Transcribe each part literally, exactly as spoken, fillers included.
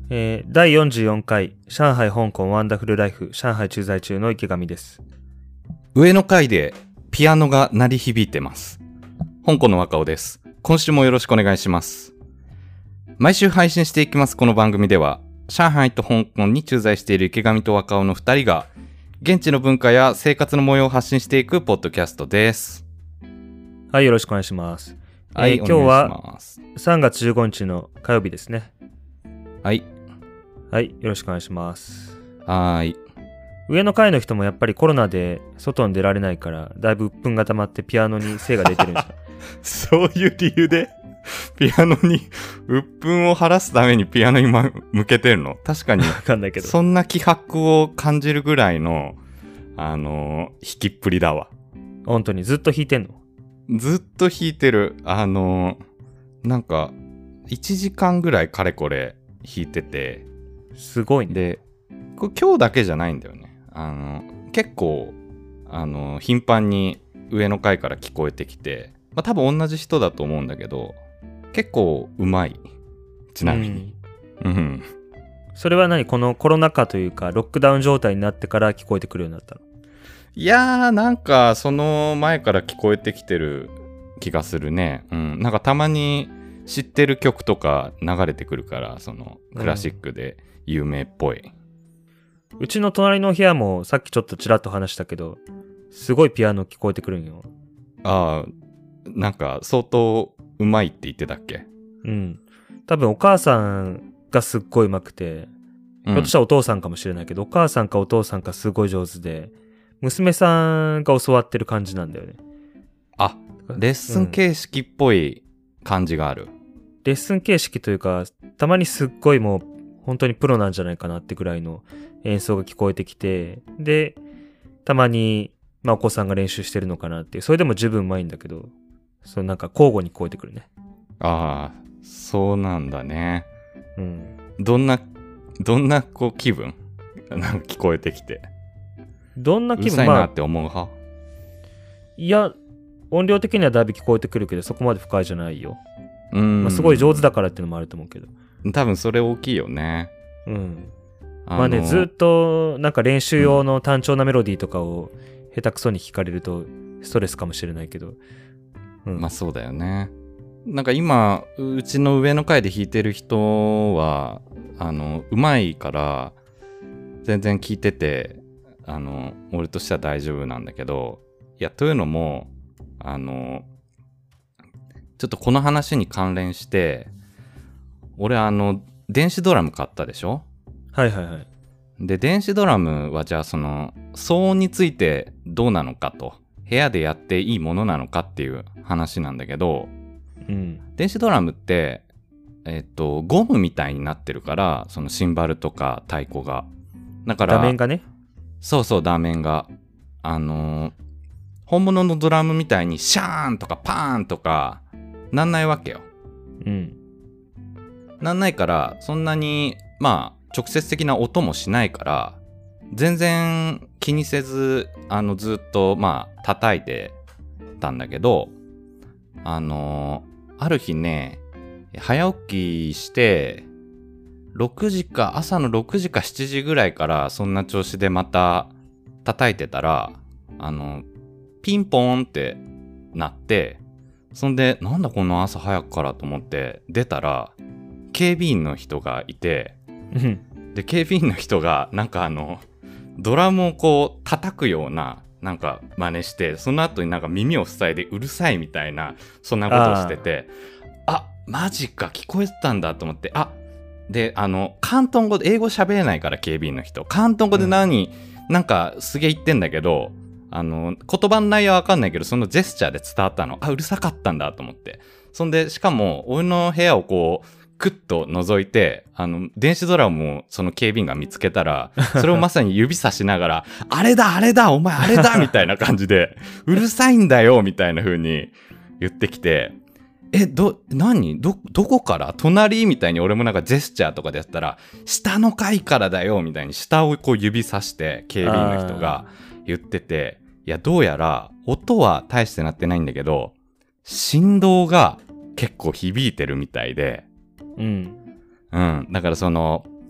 えー、だいよんじゅうよんかい上海香港ワンダフルライフ上海駐在中の池上です。 上の階でピアノが鳴り響いてます。香港の若尾です。今週もよろしくお願いします。毎週配信していきますこの番組では、上海と香港に駐在している池上と若尾のふたりが現地の文化や生活の模様を発信していくポッドキャストです。 はい、よろしくお願いします。 はい、 えー、今日はさんがつじゅうごにちの火曜日ですね。 はいはい、よろしくお願いします。 はい。 上の階の人もやっぱりコロナで外に出られないからだいぶ鬱憤が溜まってピアノに精が出てるんですか？ そういう理由でピアノに鬱憤を晴らすためにピアノに、ま、向けてるの？確かにわかんないけどそんな気迫を感じるぐらいのあのー、弾きっぷりだわ。 本当にずっと弾いてんの？ ずっと弾いてる。あのー、なんかいちじかんぐらいかれこれ弾いてて、 すごいね。 でこれ今日だけじゃないんだよね。あの結構あの頻繁に上の階から聞こえてきて、まあ、多分同じ人だと思うんだけど、結構うまい。ちなみに、うん、うん、 それは何、このコロナ禍というかロックダウン状態になってから聞こえてくるようになったの？ いやー、なんかその前から聞こえてきてる気がするね。うん、なんかたまに知ってる曲とか流れてくるから、そのクラシックで有名っぽい、うん、 うちの隣の部屋もさっきちょっとちらっと話したけど、すごいピアノ聞こえてくるんよ。 ああ、なんか相当うまいって言ってたっけ？ うん。多分お母さんがすっごいうまくて、ひょっとしたらお父さんかもしれないけど、うん、お母さんかお父さんかすごい上手で、娘さんが教わってる感じなんだよね。 あ、レッスン形式っぽい感じがある。うん、 レッスン形式というか、たまにすっごいもう本当にプロなんじゃないかなってぐらいの演奏が聞こえてきて、でたまに、まあ、お子さんが練習してるのかなっていう、それでも十分うまいんだけど、そのなんか交互に聞こえてくるね。 ああ、そうなんだね。 うん。 どんなどんなこう気分なんか聞こえてきて、 どんな気分？ うるさいなって思う派？まあ、 いや、音量的にはだいぶ聞こえてくるけど、そこまで不快じゃないよ。 うーん、 まあ、すごい上手だからっていうのもあると思うけど。 多分それ大きいよね。 うん。まあね、ずっとなんか練習用の単調なメロディーとかを下手くそに聴かれるとストレスかもしれないけど、 うん、まあそうだよね。なんか今うちの上の階で弾いてる人はあのうまいから全然聴いてて、あの俺としては大丈夫なんだけど、いやというのもあのちょっとこの話に関連して、俺あの電子ドラム買ったでしょ？ はいはいはい。 で電子ドラムはじゃあその騒音についてどうなのかと、部屋でやっていいものなのかっていう話なんだけど、 うん、 電子ドラムってえっとゴムみたいになってるから、そのシンバルとか太鼓が、だから打面がね、 そうそう、打面があのー、本物のドラムみたいにシャーンとかパーンとかなんないわけよ。 うん。 なんないから、そんなにまあ直接的な音もしないから全然気にせず、あのずっとまあ叩いてたんだけど、あのー、ある日ね、早起きしてろくじか朝のろくじかしちじぐらいからそんな調子でまた叩いてたら、あのピンポーンってなって、そんでなんだこの朝早くからと思って出たら警備員の人がいて、で警備員の人がなんかあのドラムをこう叩くようななんか真似して、その後になんか耳を塞いでうるさいみたいな、そんなことをしてて、ああマジか聞こえてたんだと思って、あであの広東語で、英語喋れないから警備員の人広東語で何、うん、なんかすげえ言ってんだけど、あの言葉の内容は分かんないけどそのジェスチャーで伝わったの。あうるさかったんだと思って、そんでしかも俺の部屋をこうクッと覗いて、あの電子ドラムをその警備員が見つけたら、それをまさに指さしながらあれだあれだお前あれだみたいな感じでうるさいんだよみたいな風に言ってきて、えど何 ど, どこから隣みたいに俺もなんかジェスチャーとかでやったら、下の階からだよみたいに下をこう指さして警備員の人が言ってて、いやどうやら音は大してなってないんだけど振動が結構響いてるみたいで、 うんうん、だからその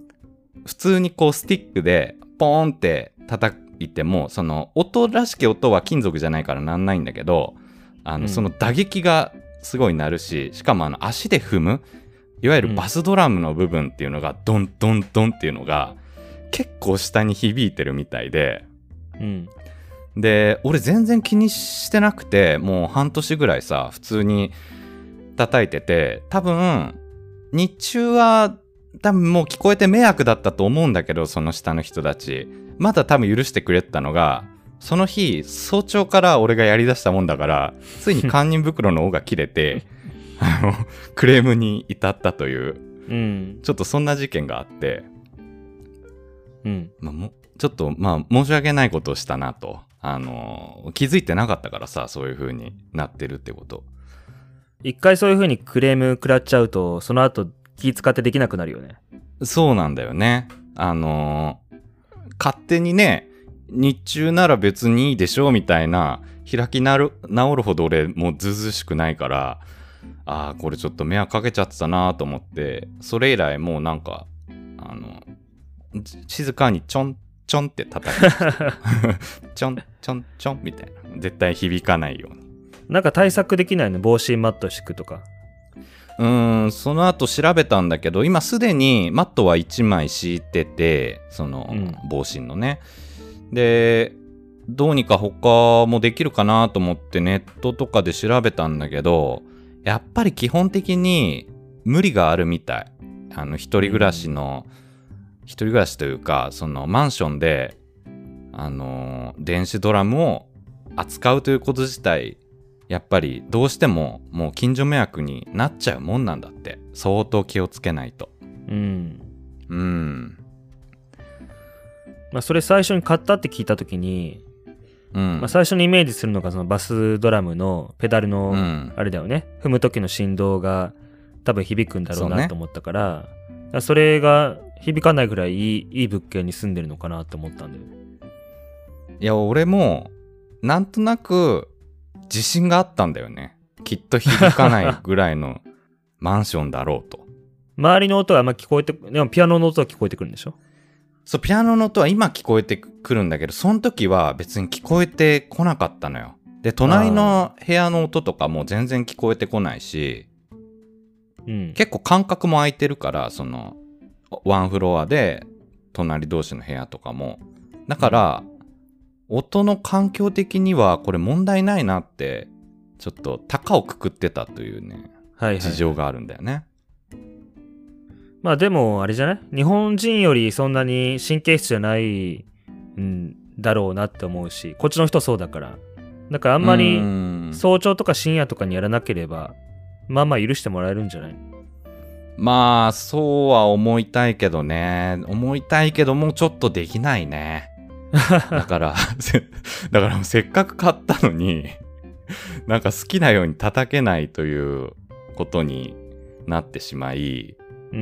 普通にこうスティックでポーンって叩いてもその音らしき音は金属じゃないからなんないんだけど、あの、うん、その打撃がすごい鳴るし、しかもあの足で踏むいわゆるバスドラムの部分っていうのがドンドンドンっていうのが結構下に響いてるみたいで、うん、で俺全然気にしてなくて、もう半年ぐらいさ普通に叩いてて、多分日中は多分もう聞こえて迷惑だったと思うんだけど、その下の人たちまだ多分許してくれてたのが、その日早朝から俺がやりだしたもんだからついに堪忍袋の緒が切れてあのクレームに至ったという、うん、ちょっとそんな事件があって、うんまあ、もちょっとまあ申し訳ないことをしたなと、あの気づいてなかったからさ、そういう風になってるってこと。 一回そういう風にクレーム食らっちゃうとその後気使ってできなくなるよね。 そうなんだよね。あの勝手にね、日中なら別にいいでしょみたいな開きなる治るほど俺もうずうずうしくないから、ああこれちょっと迷惑かけちゃってたなと思って、それ以来もうなんかあの静かにちょんちょんって叩くちょんちょんちょんみたいな、絶対響かないように。 なんか対策できないの？防振マット敷くとか。 うーんその後調べたんだけど、今すでにマットはいちまい敷いてて、その、うん、防振のね。でどうにか他もできるかなと思ってネットとかで調べたんだけど、やっぱり基本的に無理があるみたい。あの一人暮らしの、うん、一人暮らしというかそのマンションであの電子ドラムを扱うということ自体やっぱりどうしてももう近所迷惑になっちゃうもんなんだって。相当気をつけないと。うんうんまあそれ最初に買ったって聞いた時に、うんまあ、最初にイメージするのがそのバスドラムのペダルのあれだよね、うん、踏む時の振動が多分響くんだろうなと思ったから、そ,、ね、からそれが響かないぐらいいい、いい物件に住んでるのかなと思ったんだよね。 いや俺もなんとなく自信があったんだよね。きっと響かないぐらいのマンションだろうと。 周りの音はあんま聞こえて、でもピアノの音は聞こえてくるんでしょ？ そう、ピアノの音は今聞こえてくるんだけど、その時は別に聞こえてこなかったのよ。で、隣の部屋の音とかも全然聞こえてこないし、うん、結構間隔も空いてるから、そのワンフロアで隣同士の部屋とかも。だから、うん、音の環境的にはこれ問題ないなって、ちょっと高をくくってたというね、はいはい、事情があるんだよね。 まあでもあれじゃない？日本人よりそんなに神経質じゃないんだろうなって思うし、こっちの人そうだから。だからあんまり早朝とか深夜とかにやらなければ、まあまあ許してもらえるんじゃない？ まあそうは思いたいけどね。思いたいけどもうちょっとできないね。だからだからせっかく買ったのになんか好きなように叩けないということになってしまい、うん、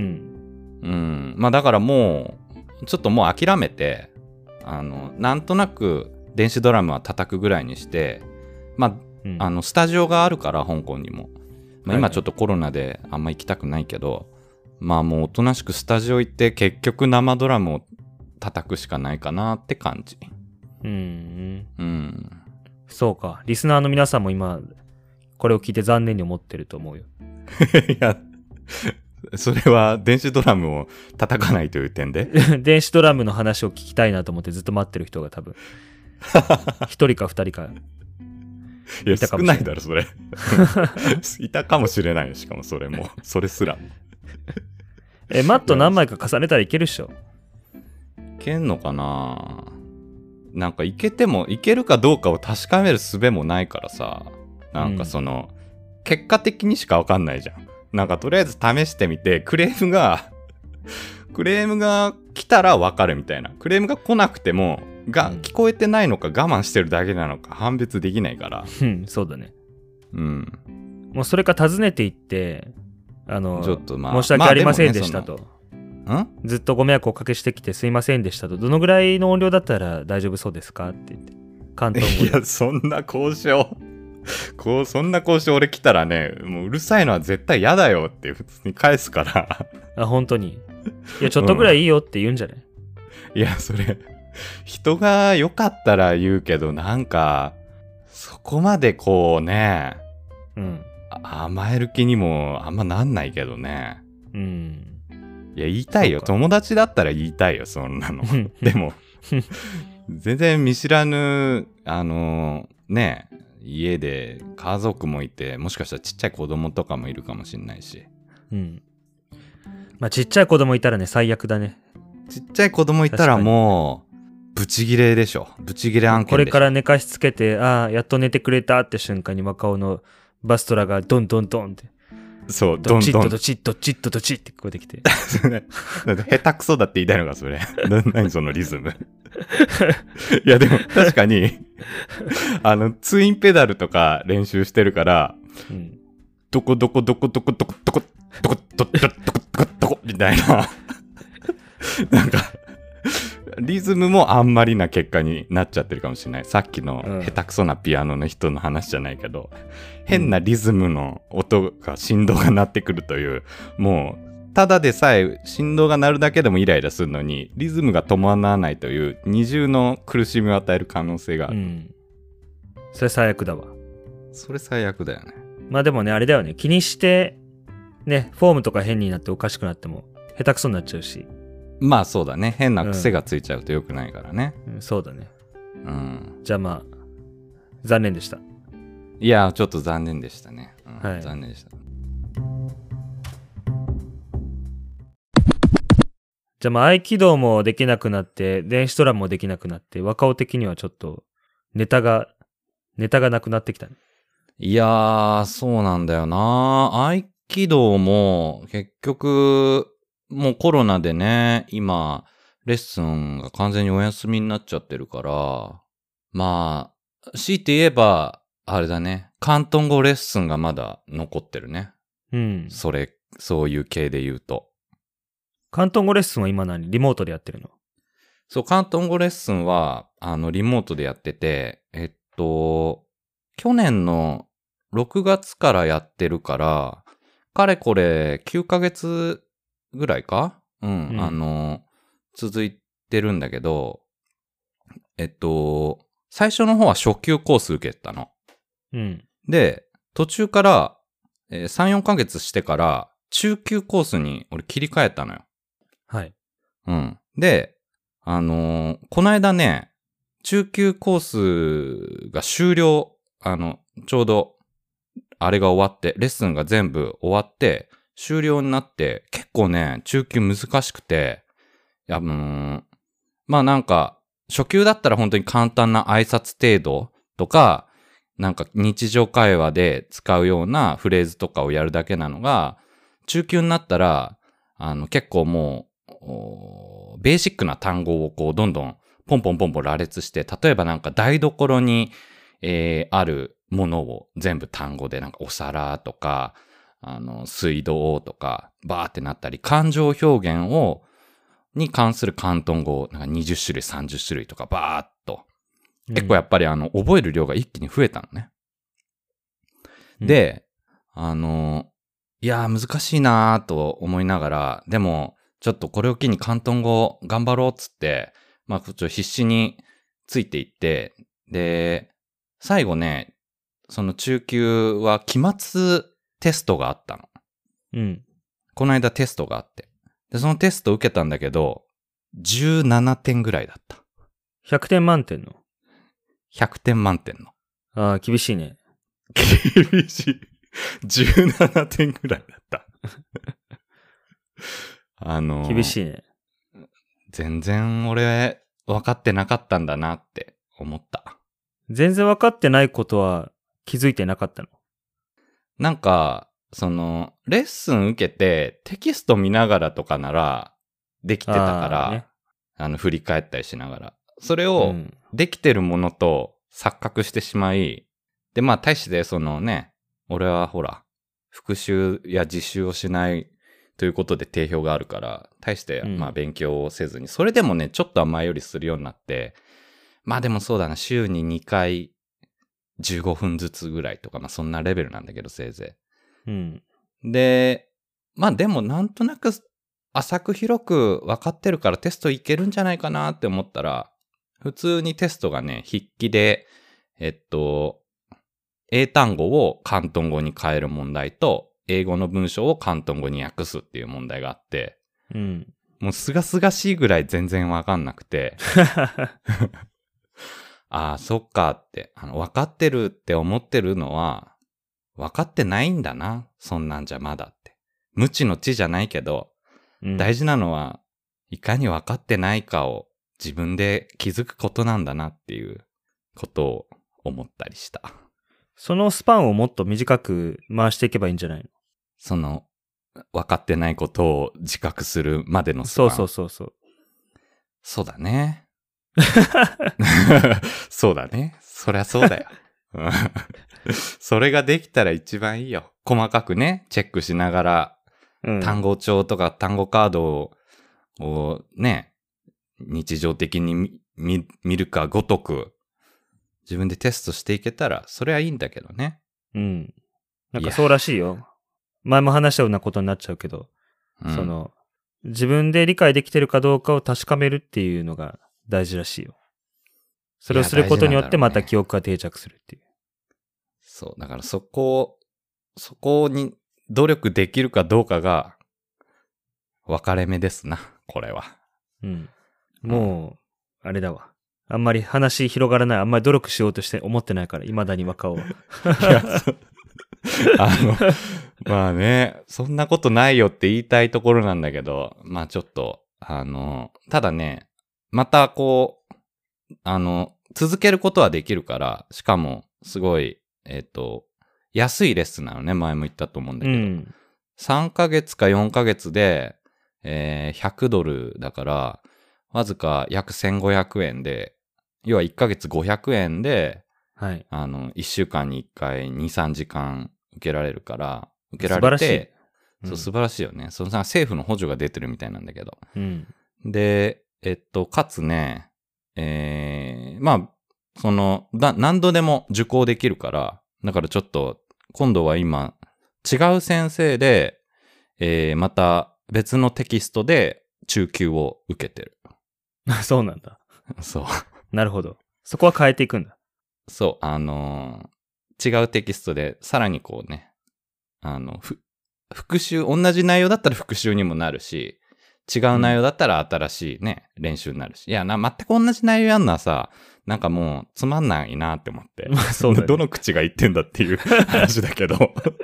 うん、まあだからもうちょっともう諦めて、あのなんとなく電子ドラムは叩くぐらいにして、まあ、うん、あのスタジオがあるから香港にも、まあ、今ちょっとコロナであんま行きたくないけど、はい、まあもうおとなしくスタジオ行って結局生ドラムを叩くしかないかなって感じ。うん、 うん、そうか。リスナーの皆さんも今これを聞いて残念に思ってると思うよ。 いやそれは電子ドラムを叩かないという点で電子ドラムの話を聞きたいなと思ってずっと待ってる人が多分一人か二人かいや少ないだろそれいたかもしれないよ。しかもそれもそれすらえマット何枚か重ねたらいけるっしょ。 いけんのかな。なんかいけてもいけるかどうかを確かめる術もないからさ、なんかその、うん、結果的にしか分かんないじゃん。なんかとりあえず試してみて、クレームがクレームが来たら分かるみたいな。クレームが来なくてもが、うん、聞こえてないのか我慢してるだけなのか判別できないから。 うん、そうだね。うん。もうそれか訪ねていってあのちょっと、まあ、申し訳ありませんでしたと、まあね、ずっとご迷惑をおかけしてきてすいませんでしたと、どのぐらいの音量だったら大丈夫そうですかって言って関東語で。 いやそんな交渉こうそんな交渉俺来たらね、もううるさいのは絶対嫌だよって普通に返すから。 あ本当にいや、ちょっとぐらいいいよって言うんじゃない、 いや、それ、人が良かったら言うけど、なんか、そこまでこうね、 うん。 甘える気にもあんまなんないけどね。 うん。 いや、言いたいよ。友達だったら言いたいよ、そんなの。でも、全然見知らぬ、あの、ね、家で家族もいて、もしかしたらちっちゃい子供とかもいるかもしれないし。 うん。まあ、ちっちゃい子供いたらね、最悪だね。 ちっちゃい子供いたらもう、ブチギレでしょ。ブチギレ案件でしょ。 これから寝かしつけて、ああ、やっと寝てくれたって瞬間に若尾のバストラがドンドンドンって。 そう、 ドチッどんどん。 とドチッドチッとドチッって聞こえてきて。 下手くそだって言いたいのか、それ。何そのリズム。いや、でも確かに、あの、ツインペダルとか練習してるから、 うん、 どこどこどこどこどこどこどこどこどこどこどこどこみたいな。なんか、リズムもあんまりな結果になっちゃってるかもしれない。さっきの下手くそなピアノの人の話じゃないけど、うん、変なリズムの音が振動が鳴ってくるという、もうただでさえ振動が鳴るだけでもイライラするのにリズムが伴わないという二重の苦しみを与える可能性がある、うん、 それ最悪だわ。 それ最悪だよね。 まあでもね、あれだよね、気にしてね、フォームとか変になっておかしくなっても下手くそになっちゃうし。 まあそうだね、変な癖がついちゃうと良くないからね、 うんうん、そうだね。 うん。 じゃあまあ残念でした。 いやちょっと残念でしたね、うん、 はい、 残念でした。 じゃあまあ合気道もできなくなって電子トラもできなくなって若尾的にはちょっとネタがネタがなくなってきたね。 いやーそうなんだよな。合気道も結局もうコロナでね、今、レッスンが完全にお休みになっちゃってるから、まあ、強いて言えば、あれだね、広東語レッスンがまだ残ってるね。 うん。 それ、そういう系で言うと。 広東語レッスンは今何？リモートでやってるの？ そう、広東語レッスンは、あの、リモートでやってて、えっと、去年のろくがつからやってるから、かれこれきゅうかげつ、ぐらいか、うん、うん、あの、続いてるんだけど、えっと、最初の方は初級コース受けたの。 うん。 で、途中から、えー、さん、よんかげつしてから、中級コースに俺切り替えたのよ。 はい。 うん。で、あのー、この間ね、中級コースが終了、あの、ちょうど、あれが終わって、レッスンが全部終わって、終了になって、結構ね、中級難しくて、いや、うーん、まあなんか、初級だったら本当に簡単な挨拶程度とか、なんか日常会話で使うようなフレーズとかをやるだけなのが、中級になったら、あの結構もう、ベーシックな単語をこうどんどんポンポンポンポン羅列して、例えばなんか台所に、えー、あるものを全部単語でなんかお皿とか、あの、水道とか、バーってなったり、感情表現を、に関する広東語、なんかにじゅっしゅるい、さんじゅっしゅるいとか、バーっと。結構やっぱりあの、覚える量が一気に増えたのね。うん、で、あの、いやー難しいなーと思いながら、でも、ちょっとこれを機に広東語頑張ろうっつって、まあ、ちょっと必死についていって、で、最後ね、その中級は期末テストがあったの。 うん。 この間テストがあって。で、そのテスト受けたんだけど、じゅうななてんぐらいだった。 ひゃくてん満点の ? ひゃくてん満点の。 ああ、厳しいね。 厳しい。じゅうななてんぐらいだった。あのー、 厳しいね。 全然俺分かってなかったんだなって思った。 全然分かってないことは気づいてなかったの？ なんか、その、レッスン受けてテキスト見ながらとかならできてたから、あ、ね、あの、振り返ったりしながら。それをできてるものと錯覚してしまい、で、まあ、大してそのね、俺はほら、復習や実習をしないということで定評があるから、大してまあ勉強をせずに、うん、それでもね、ちょっとは前よりするようになって、まあでもそうだな、週ににかいじゅうごふんずつぐらいとか、まあそんなレベルなんだけど、せいぜい。うん。 で、まあでもなんとなく浅く広く分かってるからテストいけるんじゃないかなって思ったら、普通にテストがね、筆記で、えっと、英単語を広東語に変える問題と、英語の文章を広東語に訳すっていう問題があって、 うん。 もうすがすがしいぐらい全然分かんなくて、ああ、そっかって、あの、分かってるって思ってるのは、分かってないんだな、そんなんじゃまだって。無知の知じゃないけど、 うん、 大事なのは、いかに分かってないかを自分で気づくことなんだなっていうことを思ったりした。 そのスパンをもっと短く回していけばいいんじゃないの？ その、分かってないことを自覚するまでのスパン。 そうそうそうそう。 そうだね。そうだね。そりゃそうだよ。それができたら一番いいよ。細かくね、チェックしながら、うん、単語帳とか単語カードを、をね、日常的に 見, 見, 見るかごとく、自分でテストしていけたら、それはいいんだけどね。 うん。なんかそうらしいよ。前も話したようなことになっちゃうけど、うん、その、自分で理解できてるかどうかを確かめるっていうのが大事らしいよ。それをすることによってまた記憶が定着するっていう。 そう、だからそこ、そこに努力できるかどうかが分かれ目ですな、これは。 うん。もう、あれだわ。あんまり話広がらない、あんまり努力しようとして思ってないから、未だに若尾は。 あの、まあね、そんなことないよって言いたいところなんだけど、まあちょっと、あの、ただね、またこう、あの、続けることはできるから、しかも、すごい、えっと、安いレッスンなのね、前も言ったと思うんだけど、うん、さんかげつかよんかげつで、えー、ひゃくドルだから、わずか約せんごひゃくえんで、要はいっかげつごひゃくえんで、 はい、 あの、いっしゅうかんにいっかいに、さんじかん受けられるから、受けられて、 素晴らしい。 うん、そう、素晴らしいよね。そのさ、政府の補助が出てるみたいなんだけど。 うん、 で、えっと、かつね、えー、まあ、その、だ、何度でも受講できるから、だからちょっと、今度は今、違う先生で、えー、また別のテキストで中級を受けてる。 そうなんだ。 そう。 なるほど。そこは変えていくんだ。 そう、あのー、違うテキストで、さらにこうね、あの、ふ、復習、同じ内容だったら復習にもなるし、違う内容だったら新しいね、うん、練習になるし。いやな、全く同じ内容やんのはさ、なんかもうつまんないなって思って。 まあそうだね、 どの口が言ってんだっていう話だけど。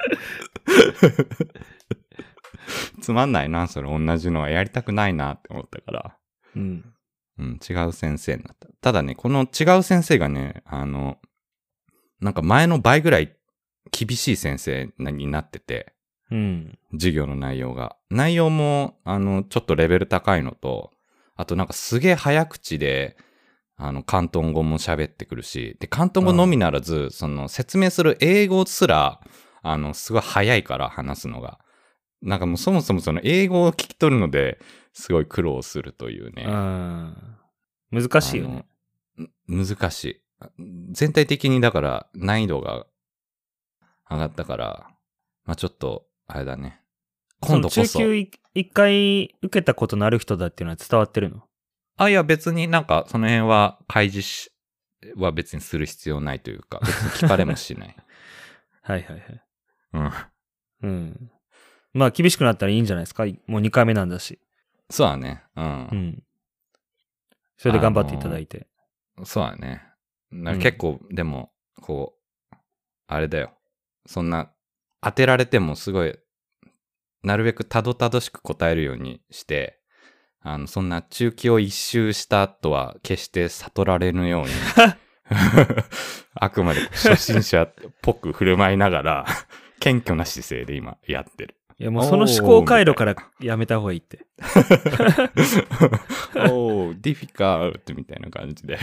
つまんないな、それ同じのはやりたくないなって思ったから。 うん。 うん、違う先生になった。ただね、この違う先生がね、あの、なんか前の倍ぐらい厳しい先生になってて、 うん、 授業の内容が。内容も、あの、ちょっとレベル高いのと、あとなんかすげえ早口で、あの、広東語も喋ってくるし、で、広東語のみならず、その説明する英語すら、あの、すごい早いから話すのが。なんかもうそもそもその英語を聞き取るので、すごい苦労するというね。 あ難しいよね。 難しい。全体的にだから難易度が上がったから、まあちょっと、あれだね。今度こそ。 その中級一回受けたことのある人だっていうのは伝わってるの？ あ、いや別になんかその辺は開示は別にする必要ないというか、別に聞かれもしない。 はいはいはい。 うん。 うん。まあ厳しくなったらいいんじゃないですか。もうにかいめなんだし。 そうだね。うん。 うん。それで頑張っていただいて。 そうだね。な結構、うん、でも、こう、あれだよ。そんな、当てられてもすごい、なるべくたどたどしく答えるようにして、あの、そんな中期を一周したとは決して悟られぬように、あくまで初心者っぽく振る舞いながら、謙虚な姿勢で今やってる。 いやもうその思考回路からやめた方がいいって。 おー、ディフィカルトみたいな感じで。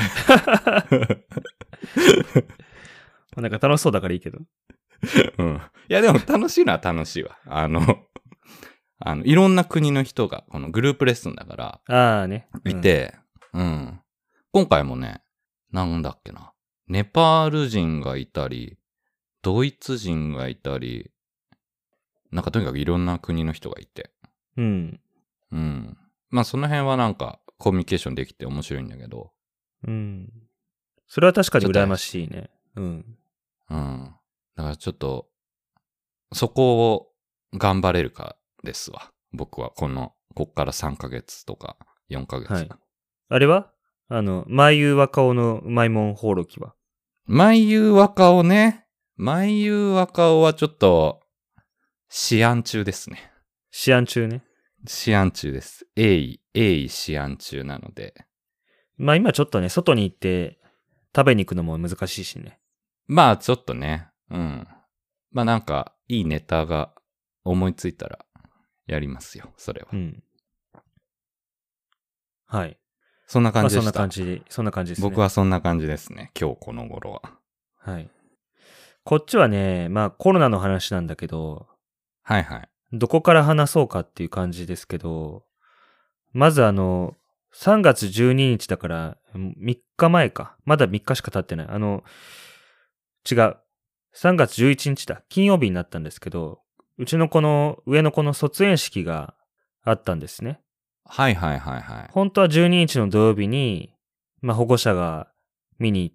なんか楽しそうだからいいけど。 うん。いやでも楽しいのは楽しいわ。あの、あの、いろんな国の人が、このグループレッスンだから、 ああね。 いて、うん、うん。今回もね、なんだっけな。ネパール人がいたり、ドイツ人がいたり、なんかとにかくいろんな国の人がいて。 うん。 うん。まあその辺はなんかコミュニケーションできて面白いんだけど。 うん。それは確かにちょっと羨ましいね。うん。 うん。だからちょっと、そこを頑張れるかですわ。僕はこの、こっからさんかげつとかよんかげつ。 はい。あれはあの、まゆ若尾のうまいもんほうろきはまゆ若尾ね。まゆ若尾はちょっと、試案中ですね。 試案中ね。 試案中です。鋭意、鋭意試案中なので。 まあ今ちょっとね、外に行って食べに行くのも難しいしね。 まあちょっとね。うん。まあなんか、いいネタが思いついたら、やりますよ、それは。 うん。はい。 そんな感じでした。 まあそんな感じで、そんな感じですね。 僕はそんな感じですね。今日この頃は。 はい。こっちはね、まあコロナの話なんだけど、 はいはい。 どこから話そうかっていう感じですけど、まずあの、さんがつじゅうににちだからみっかまえか。まだみっかしか経ってない。あの、違う。さんがつじゅういちにちだ。金曜日になったんですけど、うちの子の上の子の卒園式があったんですね。 はいはいはいはい。 本当はじゅうににちの土曜日に、まあ保護者が見に行って、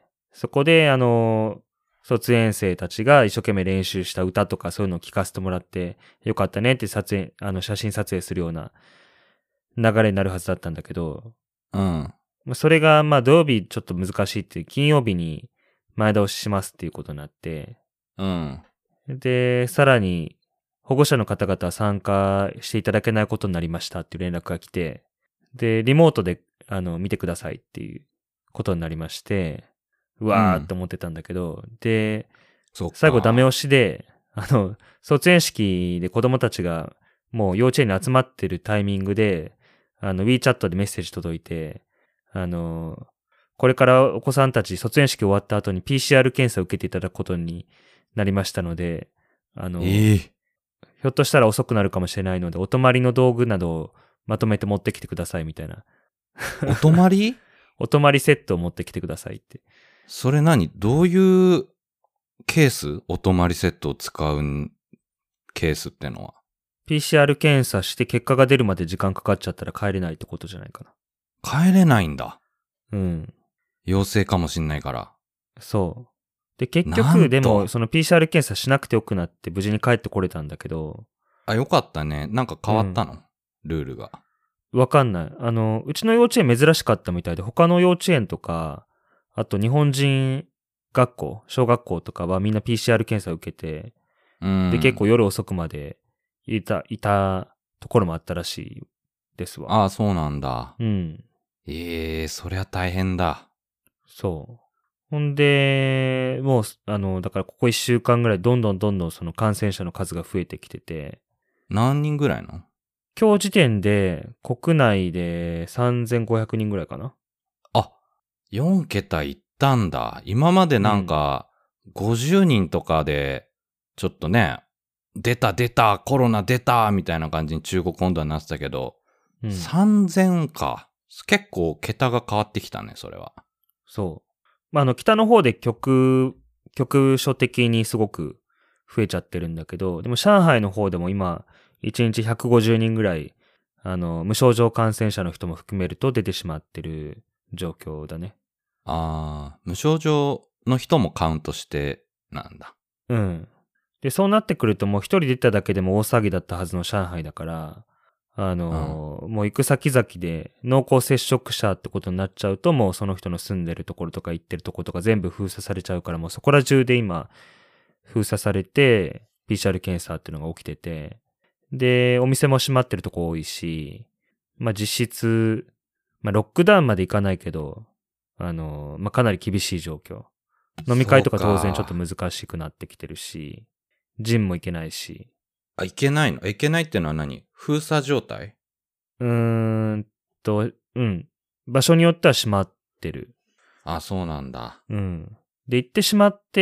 そこであの、卒園生たちが一生懸命練習した歌とかそういうのを聞かせてもらって、よかったねって撮影、あの写真撮影するような流れになるはずだったんだけど、 うん。 まあそれがまあ土曜日ちょっと難しいって金曜日に前倒ししますっていうことになって、 うん。 で、さらに保護者の方々は参加していただけないことになりましたっていう連絡が来て、で、リモートであの見てくださいっていうことになりまして、うわーって思ってたんだけど、で、 そっか。 最後ダメ押しで、あの、卒園式で子供たちがもう幼稚園に集まってるタイミングで、あの、WeChat でメッセージ届いて、あの、これからお子さんたち卒園式終わった後に ピーシーアール 検査を受けていただくことになりましたので、あの、 ええひょっとしたら遅くなるかもしれないので、お泊まりの道具などをまとめて持ってきてくださいみたいな。 お泊まりお泊まりセットを持ってきてくださいって。 それ何どういうケースお泊まりセットを使うケースってのは。 ピーシーアール 検査して結果が出るまで時間かかっちゃったら帰れないってことじゃないかな。 帰れないんだ。 うん。 陽性かもしんないから。 そう。で、結なんと局、でも、その ピーシーアール 検査しなくてよくなって無事に帰ってこれたんだけど。 あ、よかったね。なんか変わったの、うん、ルールが。 わかんない。あの、うちの幼稚園珍しかったみたいで、他の幼稚園とか、あと日本人学校、小学校とかはみんな ピーシーアール 検査を受けて、 うん、 で、結構夜遅くまでいた、いたところもあったらしいですわ。 ああ、そうなんだ。 うん。 ええー、そりゃ大変だ。 そう。ほんで、もう、あの、だからここいっしゅうかんぐらいどんどんどんどんその感染者の数が増えてきてて。 何人ぐらいの？ 今日時点で国内でさんぜんごひゃくにんぐらいかな。 あ、よんけたいったんだ。今までなんか、ごじゅうにんとかで、ちょっとね、出た出た、コロナ出た、みたいな感じに中国本土はなってたけど、うん、さんぜんか。結構桁が変わってきたね、それは。 そう。まあ、あの、北の方で局、局所的にすごく増えちゃってるんだけど、でも上海の方でも今、いちにちひゃくごじゅうにんぐらい、あの、無症状感染者の人も含めると出てしまってる状況だね。 ああ、無症状の人もカウントしてなんだ。 うん。で、そうなってくるともう一人出ただけでも大騒ぎだったはずの上海だから、あの、うん、もう行く先々で濃厚接触者ってことになっちゃうと、もうその人の住んでるところとか行ってるところとか全部封鎖されちゃうから、もうそこら中で今封鎖されて ピーシーアール 検査っていうのが起きてて、で、お店も閉まってるとこ多いし、まあ実質、まあロックダウンまでいかないけど、あの、まあかなり厳しい状況。飲み会とか当然ちょっと難しくなってきてるし、ジムも行けないし。 あ、行けないの？行けないってのは何？封鎖状態？ うーんと、うん。場所によっては閉まってる。 あ、そうなんだ。 うん。で、行ってしまって、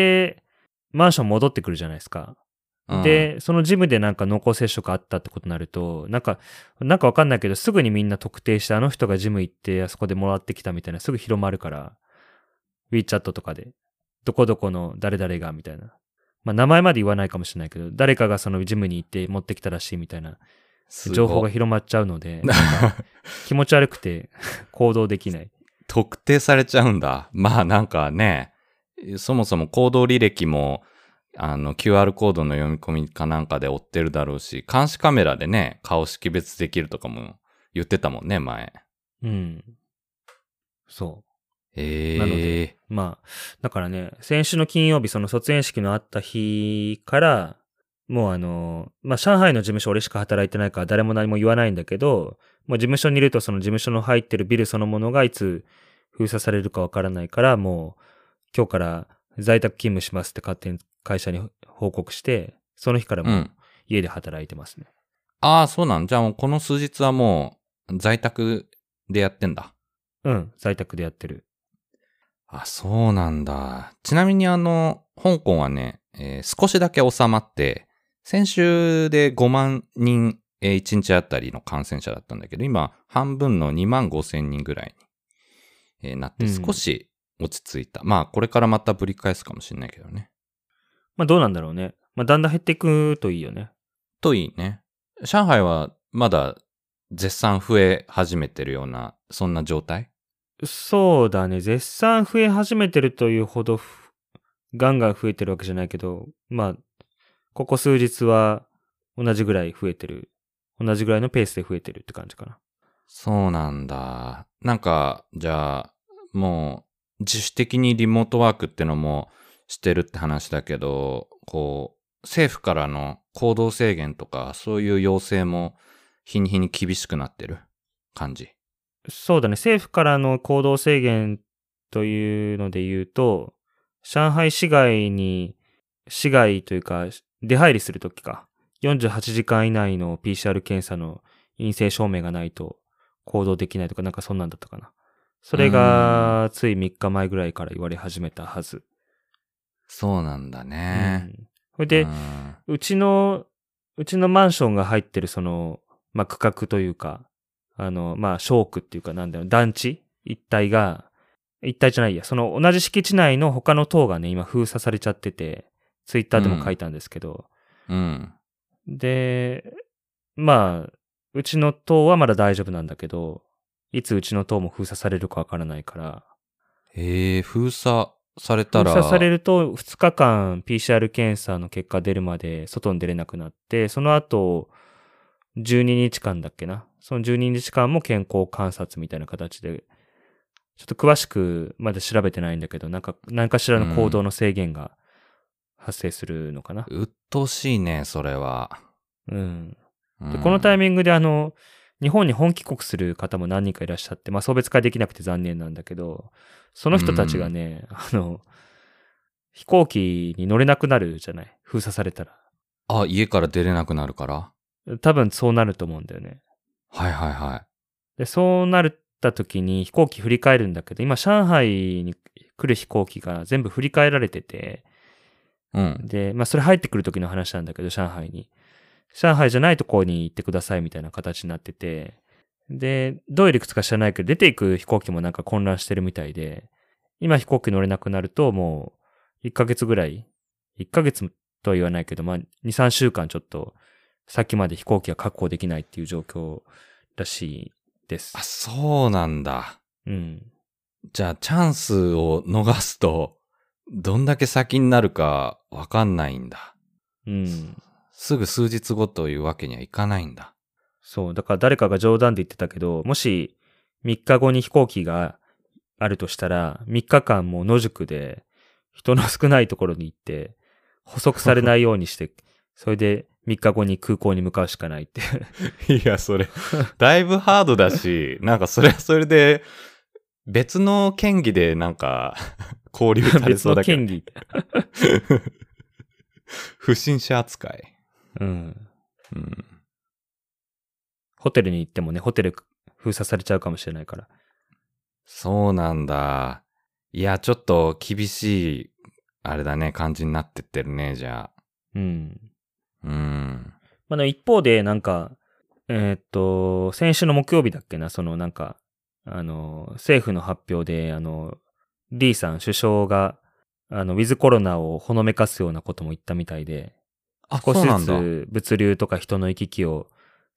マンション戻ってくるじゃないですか。うん、で、そのジムでなんか濃厚接触あったってことになると、なんか、なんかわかんないけど、すぐにみんな特定して、あの人がジム行って、あそこでもらってきたみたいな、すぐ広まるから、WeChat とかで、どこどこの誰々が、みたいな。まあ、名前まで言わないかもしれないけど、誰かがそのジムに行って持ってきたらしいみたいな、 すごい情報が広まっちゃうので、なんか気持ち悪くて行動できない。 特定されちゃうんだ。まあなんかね、そもそも行動履歴も、あの キューアール コードの読み込みかなんかで追ってるだろうし、監視カメラでね、顔識別できるとかも言ってたもんね、前。 うん。そう。 えー、 なので、まあ、だからね、先週の金曜日、その卒園式のあった日から、もうあの、まあ、上海の事務所俺しか働いてないから誰も何も言わないんだけど、もう事務所にいるとその事務所の入ってるビルそのものがいつ封鎖されるかわからないから、もう今日から在宅勤務しますって勝手に会社に報告して、その日からもう家で働いてますね。うん、 ああ、そうなん。じゃあもうこの数日はもう在宅でやってんだ。 うん、在宅でやってる。 あ、そうなんだ。ちなみにあの、香港はね、えー、少しだけ収まって、先週でごまんにん、えー、いちにちあたりの感染者だったんだけど、今、半分のにまんごせんにんぐらいに、えー、なって、少し落ち着いた。うん、まあ、これからまたぶり返すかもしれないけどね。 まあ、どうなんだろうね。まあ、だんだん減っていくといいよね。 といいね。上海はまだ絶賛増え始めてるような、そんな状態？ そうだね。絶賛増え始めてるというほど、ガンガン増えてるわけじゃないけど、まあ、ここ数日は同じぐらい増えてる。同じぐらいのペースで増えてるって感じかな。 そうなんだ。なんか、じゃあ、もう、自主的にリモートワークってのもしてるって話だけど、こう、政府からの行動制限とか、そういう要請も日に日に厳しくなってる感じ。 そうだね。政府からの行動制限というので言うと、上海市外に、市外というか、出入りするときか。よんじゅうはちじかん以内の ピーシーアール 検査の陰性証明がないと行動できないとか、なんかそんなんだったかな。それが、ついみっかまえぐらいから言われ始めたはず。 そうなんだね。 うん、それで、う, うちの、うちのマンションが入ってるその、まあ、区画というか、あの、まあ、商区っていうかなんだろう、団地一帯が、一帯じゃないや、その同じ敷地内の他の棟がね、今封鎖されちゃってて、ツイッターでも書いたんですけど、 うん。 で、まあ、うちの棟はまだ大丈夫なんだけど、いつうちの棟も封鎖されるかわからないから。 へえ、封鎖されたら。 封鎖されるとふつかかん ピーシーアール 検査の結果出るまで外に出れなくなって、その後、じゅうににちかんだっけな。そのじゅうににちかんも健康観察みたいな形で、ちょっと詳しくまだ調べてないんだけど、なんか、何かしらの行動の制限が発生するのかな。 うっとうしいね、それは。 うん。で、このタイミングであの、日本に本帰国する方も何人かいらっしゃって、まあ送別会できなくて残念なんだけど、その人たちがね、あの、飛行機に乗れなくなるじゃない。封鎖されたら。 あ、家から出れなくなるから？ 多分そうなると思うんだよね。 はいはいはい。 で、そうなった時に飛行機振り返るんだけど、今上海に来る飛行機が全部振り返られてて、 うん。 で、まあそれ入ってくる時の話なんだけど、上海に。上海じゃないところに行ってくださいみたいな形になってて、で、どういう理屈か知らないけど、出ていく飛行機もなんか混乱してるみたいで、今飛行機乗れなくなるともういっかげつぐらい、いっかげつとは言わないけど、まあに、さんしゅうかんちょっと先まで飛行機が確保できないっていう状況らしいです。 あ、そうなんだ。 うん。 じゃあチャンスを逃すと、どんだけ先になるかわかんないんだ。 うん。 すぐ数日後というわけにはいかないんだ。 そう。だから誰かが冗談で言ってたけど、もしみっかごに飛行機があるとしたら、みっかかんもう野宿で人の少ないところに行って、捕捉されないようにして、それでみっかごに空港に向かうしかないって。 いや、それ、だいぶハードだし、なんかそれはそれで、別の県議でなんか、交流されそうだけど。 別の県議。 不審者扱い。 うん。 うん。 ホテルに行ってもね、ホテル封鎖されちゃうかもしれないから。そうなんだ。いや、ちょっと厳しい、あれだね、感じになってってるね、じゃあ。 うん。 うん。 まあ、一方で、なんか、えー、っと、先週の木曜日だっけな、そのなんか、あの、政府の発表で、あの、リーさん首相が、あの、ウィズコロナをほのめかすようなことも言ったみたいで、 あ、 少しずそうなんだ。 つ物流とか人の行き来を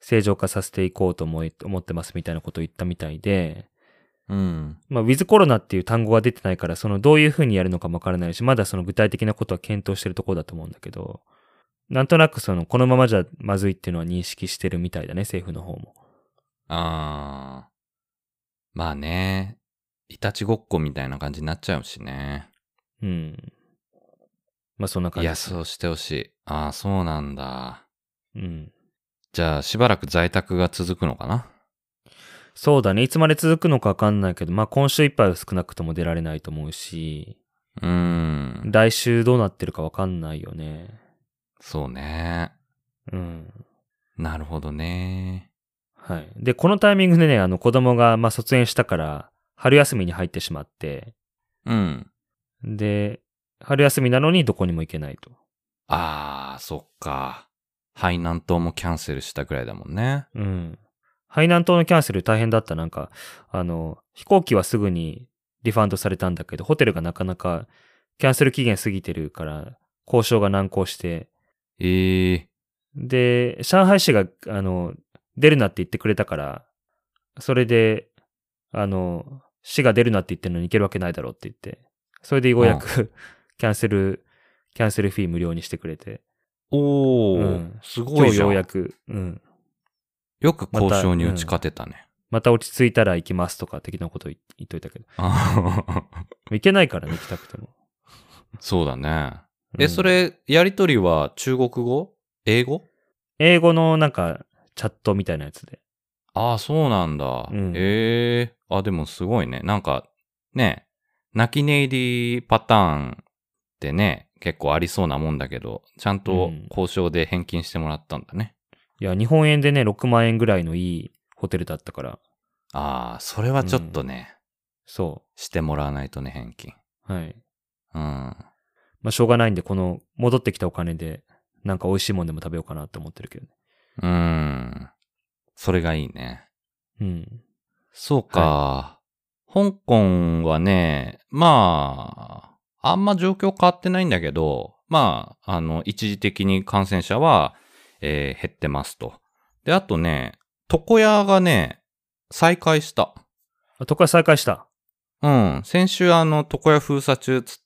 正常化させていこうと思い思ってますみたいなことを言ったみたいで、 うん。 まあ、ウィズコロナっていう単語が出てないから、そのどういうふうにやるのかもわからないし、まだその具体的なことは検討してるところだと思うんだけど、なんとなくその、このままじゃまずいっていうのは認識してるみたいだね、政府の方も。 あー。まあね。いたちごっこみたいな感じになっちゃうしね。 うん。まあそんな感いや、 じですね。 そうしてほしい。ああ、そうなんだ。 うん。 じゃあ、しばらく在宅が続くのかな？ そうだね。いつまで続くのかわかんないけど、まあ今週いっぱいは少なくとも出られないと思うし、 うーん。 来週どうなってるかわかんないよね。 そうね。 うん。 なるほどね。 はい。で、このタイミングでね、あの子供がまあ卒園したから、春休みに入ってしまって、 うん。 で、春休みなのにどこにも行けないと。 ああ、そっか。海南島もキャンセルしたぐらいだもんね。 うん。海南島のキャンセル大変だった。なんか、あの、飛行機はすぐにリファンドされたんだけど、ホテルがなかなかキャンセル期限過ぎてるから、交渉が難航して、 ええで、上海市が、あの、出るなって言ってくれたから、それで、あの、市が出るなって言ってるのに行けるわけないだろうって言って、それでようやくキャンセル、キャンセルフィー無料にしてくれて、 おー、 うん、 すごいじゃん。 今日ようやく、うん。 よく交渉に打ち勝てたね。 また落ち着いたら行きますとか的なこと言っといたけど。 あ行けないからね、行きたくても。 そうだね。え、 うんそれ、やりとりは中国語？英語？ 英語のなんか、チャットみたいなやつで。 ああ、そうなんだ。 うんええあ、でもすごいね。なんか、ね、泣き寝入りパターンってね、結構ありそうなもんだけど、ちゃんと交渉で返金してもらったんだね。 いや、日本円でね、ろくまんえんぐらいのいいホテルだったから。 ああ、それはちょっとね、 そしてもらわないとね、返金。 う。はい。 うん。 まあ、しょうがないんで、この、戻ってきたお金で、なんか美味しいもんでも食べようかなって思ってるけどね。 うーん。それがいいね。 うん。 そうか。香港はね、まあ、あんま状況変わってないんだけど、まあ、あの、一時的に感染者は、えー減ってますと。で、あとね、床屋がね、再開した。 あ、とこは再開した。 うん。先週あの、床屋封鎖中つって、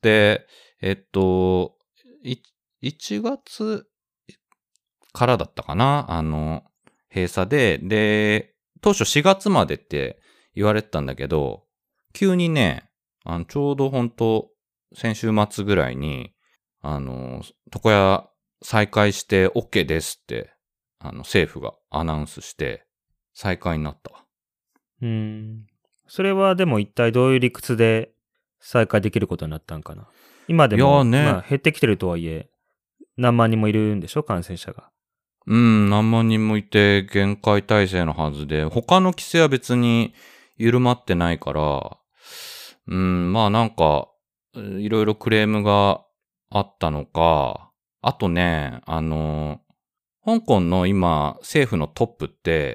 えっと、いいちがつからだったかな、あの、閉鎖で、で、当初しがつまでって言われてたんだけど、急にね、あのちょうど本当先週末ぐらいに、あの、床屋再開して OK ですって、あの、政府がアナウンスして、再開になったわ。 うーん。それはでも一体どういう理屈で再開できることになったんかな。今でも、 いやーねまあ減ってきてるとはいえ、何万人もいるんでしょ、感染者が。 うん、何万人もいて限界体制のはずで、他の規制は別に緩まってないから、うん、まあなんか、いろいろクレームがあったのか、あとね、あの、香港の今、政府のトップって、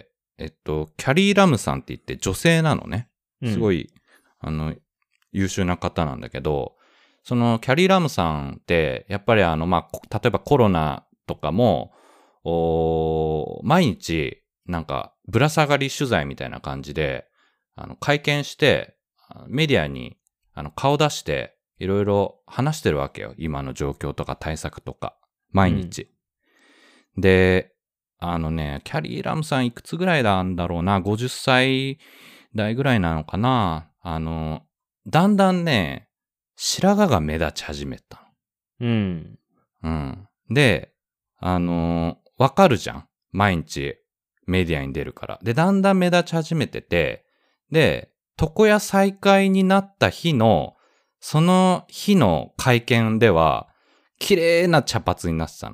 えっと、キャリー・ラムさんって言って女性なのね。すごい、うん、あの、優秀な方なんだけど、そのキャリー・ラムさんって、やっぱりあの、まあ、例えばコロナとかも、お毎日、なんか、ぶら下がり取材みたいな感じで、あの、会見して、メディアに、あの、顔出して、いろいろ話してるわけよ。今の状況とか対策とか。毎日。うん、で、あのね、キャリー・ラムさんいくつぐらいなんだろうな。ごじゅっさい代ぐらいなのかな。あの、だんだんね、白髪が目立ち始めたの。うん。 うん。で、あの、わかるじゃん。毎日メディアに出るから。で、だんだん目立ち始めてて、で、床屋再開になった日の、その日の会見では、綺麗な茶髪になってたの。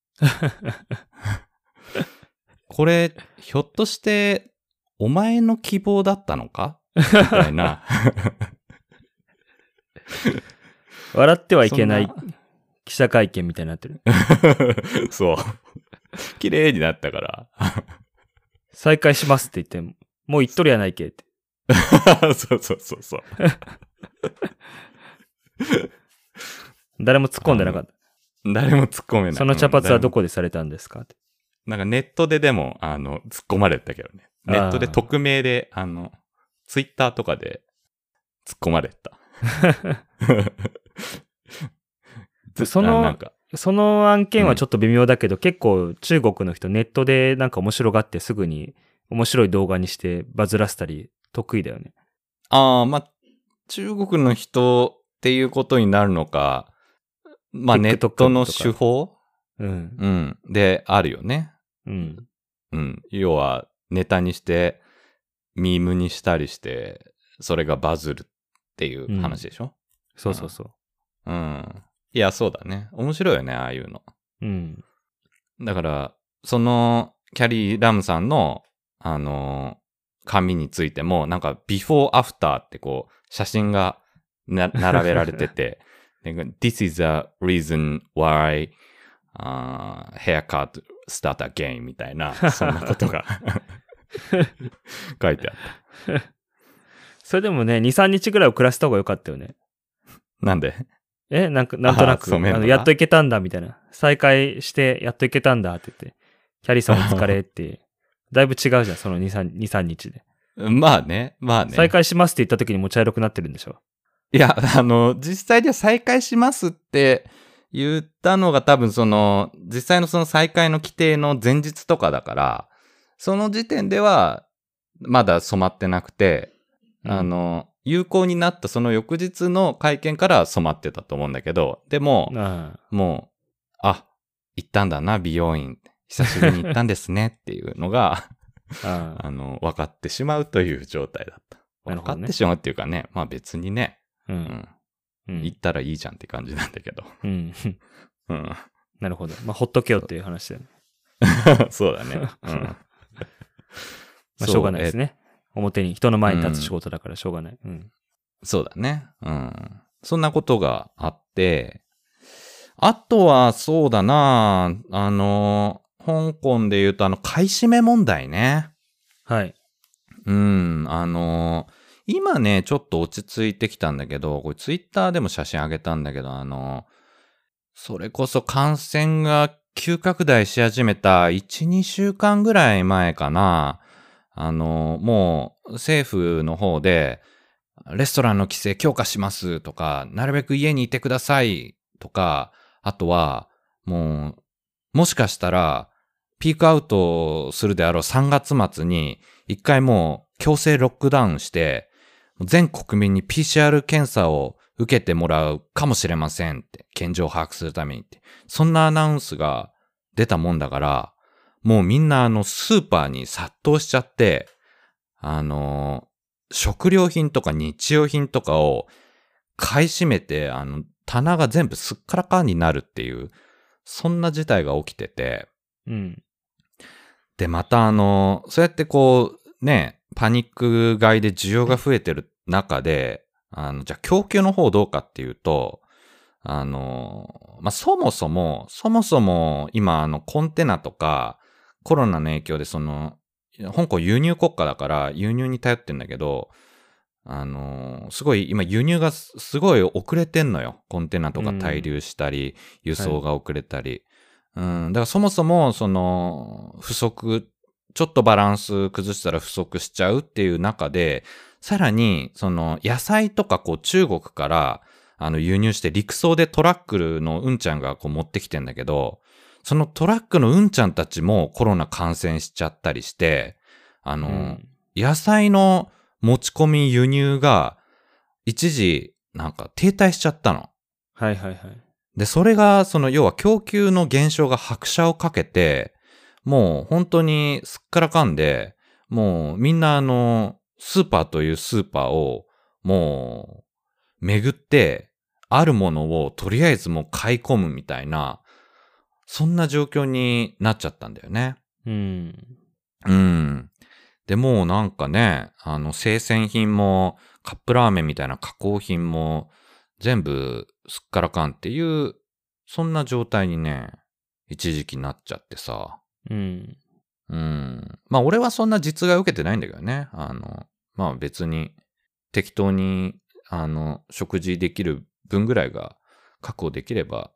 これ、ひょっとして、お前の希望だったのかみたいな。 笑ってはいけない記者会見みたいになってる。 そう。綺麗になったから。 再開しますって言っても、もう言っとるやないけって。 そうそうそうそう。 誰も突っ込んでなかった。 誰も突っ込めない。 その茶髪はどこでされたんですかって。 なんかネットででも、あの、突っ込まれたけどね。ネットで匿名で、あの、ツイッターとかで突っ込まれた。 その、その案件はちょっと微妙だけど、うん、結構中国の人ネットでなんか面白がってすぐに面白い動画にしてバズらせたり得意だよね。 ああ、まあ、中国の人っていうことになるのか、まあネットの手法、 うん、 うん、であるよね。 うん。 うん。要はネタにして、ミームにしたりして、それがバズるっていう話でしょ、うん、 そうそうそう。 うん。うんいや、そうだね。面白いよね、ああいうの。 うん。 だから、その、キャリー・ラムさんの、あのー、紙についても、なんか、ビフォー・アフターってこう、写真がな並べられてて、This is a reason why、uh, haircut start again みたいな、そんなことが書いてあった。 それでもね、に、さんにちぐらいを暮らした方がよかったよね。 なんでえ、なんか、なんとなく、あのやっと行けたんだ、みたいな。再会して、やっと行けたんだ、って言って。キャリーさんお疲れって。だいぶ違うじゃん、そのに、さんにちで。 まあね、まあね。 再会しますって言った時にもう茶色くなってるんでしょ。 いや、あの、実際では再会しますって言ったのが多分その、実際のその再会の規定の前日とかだから、その時点では、まだ染まってなくて、うん、あの、有効になったその翌日の会見から染まってたと思うんだけど、でも、 ああもう、あ、行ったんだな、美容院。久しぶりに行ったんですねっていうのが、ああの、分かってしまうという状態だった。分かってしまうっていうかね、まあ別にね、 うん。 うん、行ったらいいじゃんって感じなんだけど。 うん。 うん。 なるほど。まあ、ほっとけよっていう話だよね。 そうだね。うん。 まあ、しょうがないですね。表に、人の前に立つ仕事だからしょうがない。うん。うん、 そうだね。うん。そんなことがあって、あとはそうだなあの、香港で言うとあの、買い占め問題ね。 はい。 うん、あの、今ね、ちょっと落ち着いてきたんだけど、これツイッターでも写真あげたんだけど、あの、それこそ感染が急拡大し始めたいち、にしゅうかんぐらい前かな。あの、もう政府の方で、レストランの規制強化しますとか、なるべく家にいてくださいとか、あとは、もう、もしかしたら、ピークアウトするであろうさんがつ末に、一回もう強制ロックダウンして、全国民に ピーシーアール 検査を受けてもらうかもしれませんって、現状を把握するためにって。そんなアナウンスが出たもんだから、もうみんなあのスーパーに殺到しちゃって、あの、食料品とか日用品とかを買い占めて、あの、棚が全部すっからかんになるっていう、そんな事態が起きてて。 うん。 で、またあの、そうやってこう、ね、パニック買いで需要が増えてる中で、あの、じゃあ供給の方どうかっていうと、あの、まあ、そもそも、そもそも今あのコンテナとかコロナの影響でその、香港輸入国家だから輸入に頼ってんだけど、あの、すごい今輸入がすごい遅れてんのよ。コンテナとか滞留したり、うん、輸送が遅れたり。はい、うん、だからそもそもその不足、ちょっとバランス崩したら不足しちゃうっていう中で、さらにその野菜とかこう中国からあの輸入して陸送でトラックのうんちゃんがこう持ってきてんだけど、そのトラックのうんちゃんたちもコロナ感染しちゃったりして、あの、うん、野菜の持ち込み輸入が一時なんか停滞しちゃったの。 はいはいはい。 で、それがその要は供給の減少が拍車をかけて、もう本当にすっからかんで、もうみんなあの、スーパーというスーパーをもう巡って、あるものをとりあえずもう買い込むみたいな、そんな状況になっちゃったんだよね。 うん。 うん。で、もうなんかね、あの、生鮮品も、カップラーメンみたいな加工品も、全部すっからかんっていう、そんな状態にね、一時期なっちゃってさ。 うん。 うん。まあ、俺はそんな実害受けてないんだけどね。あの、まあ別に、適当に、あの、食事できる分ぐらいが確保できれば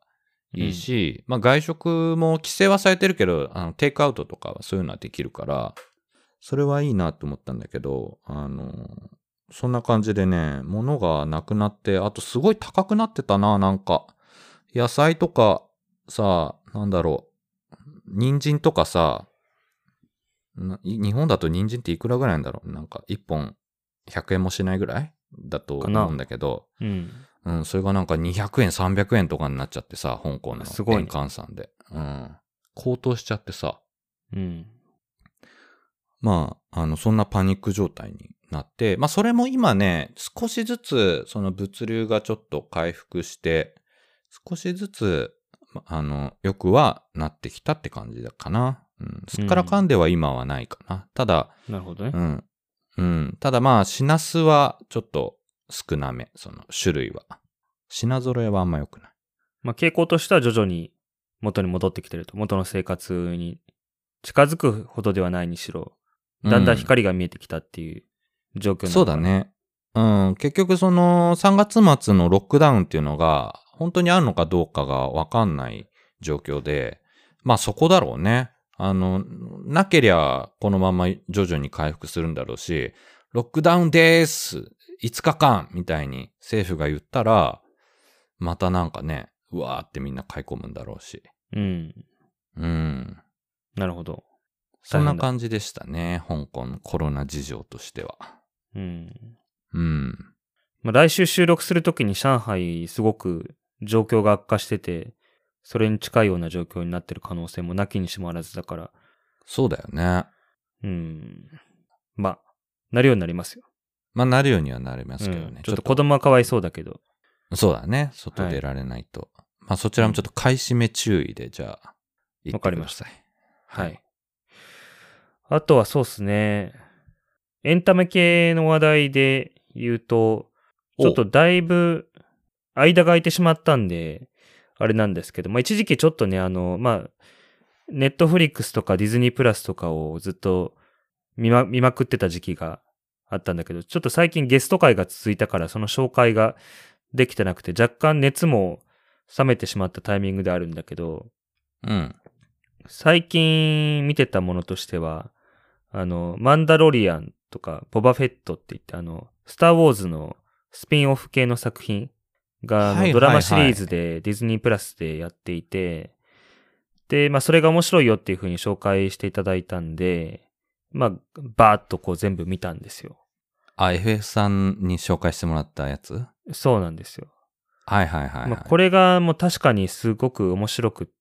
いいし、うん、まあ外食も規制はされてるけど、あのテイクアウトとかはそういうのはできるから、それはいいなと思ったんだけど、あの、そんな感じでね、物がなくなって、あとすごい高くなってたな、なんか。野菜とかさ、なんだろう、人参とかさ、日本だと人参っていくらぐらいなんだろう、なんかいっぽんひゃくえんもしないぐらいだと思うんだけど、 うん。 うん、それがなんかにひゃくえん、さんびゃくえんとかになっちゃってさ、香港のすごいね円換算で。うん。高騰しちゃってさ。 うん。 まあ、あの、そんなパニック状態になって、まあ、それも今ね、少しずつ、その物流がちょっと回復して、少しずつ、あの、よくはなってきたって感じだかな。うん。すっからかんでは今はないかな。ただ、 なるほどね。 うん。うん。ただまあ、品数はちょっと少なめ。その種類は。品揃えはあんま良くない。 まあ、傾向としては徐々に元に戻ってきてると。元の生活に近づくほどではないにしろ、だんだん光が見えてきたっていう状況なのかな、うん、 そうだね。うん。結局そのさんがつ末のロックダウンっていうのが本当にあるのかどうかがわかんない状況で、まあそこだろうね。あの、なけりゃこのまま徐々に回復するんだろうし、ロックダウンでーすいつかかんみたいに政府が言ったら、またなんかね、うわーってみんな買い込むんだろうし。 うん。 うん。 なるほど。 そんな感じでしたね。香港のコロナ事情としては。 うん。 うん。 まあ、来週収録するときに上海すごく状況が悪化してて、それに近いような状況になってる可能性もなきにしもあらずだから。 そうだよね。 うん。まあ、なるようになりますよ。 まあ、なるようにはなりますけどね。うん、 ちょっと子供はかわいそうだけど。 そうだね。外出られないと。はい、まあ、そちらもちょっと買い占め注意で、じゃあ、行ってください。わかりました。 はい。あとはそうっすね。エンタメ系の話題で言うと、ちょっとだいぶ間が空いてしまったんで、あれなんですけど、まあ一時期ちょっとね、あの、まあ、ネットフリックスとかディズニープラスとかをずっと見ま、見まくってた時期があったんだけど、ちょっと最近ゲスト会が続いたからその紹介ができてなくて、若干熱も冷めてしまったタイミングであるんだけど、 うん。 最近見てたものとしては、あの、マンダロリアンとか、ボバフェットって言って、あの、スターウォーズのスピンオフ系の作品が、あの、ドラマシリーズでディズニープラスでやっていて、で、まあ、それが面白いよっていう風に紹介していただいたんで、まあ、バーッとこう全部見たんですよ。 あ、エフエフ さんに紹介してもらったやつ？ そうなんですよ。 はいはいはい、はい。 まあ、これがもう確かにすごく面白くって、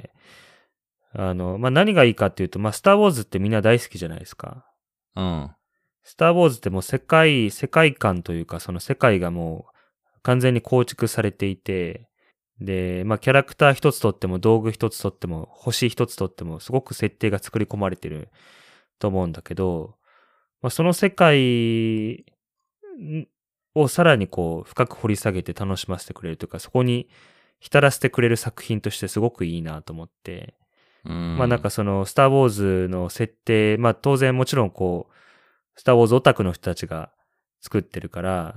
あの、まあ、何がいいかっていうと、まあ、スターウォーズってみんな大好きじゃないですか。 うん。 スターウォーズってもう世界、世界観というか、その世界がもう完全に構築されていて、で、まあ、キャラクター一つとっても、道具一つとっても、星一つとっても、すごく設定が作り込まれてると思うんだけど、まあ、その世界をさらにこう、深く掘り下げて楽しませてくれるというか、そこに浸らせてくれる作品としてすごくいいなと思って、 うんまあなんかその、スターウォーズの設定、まあ当然もちろんこう、スターウォーズオタクの人たちが作ってるから、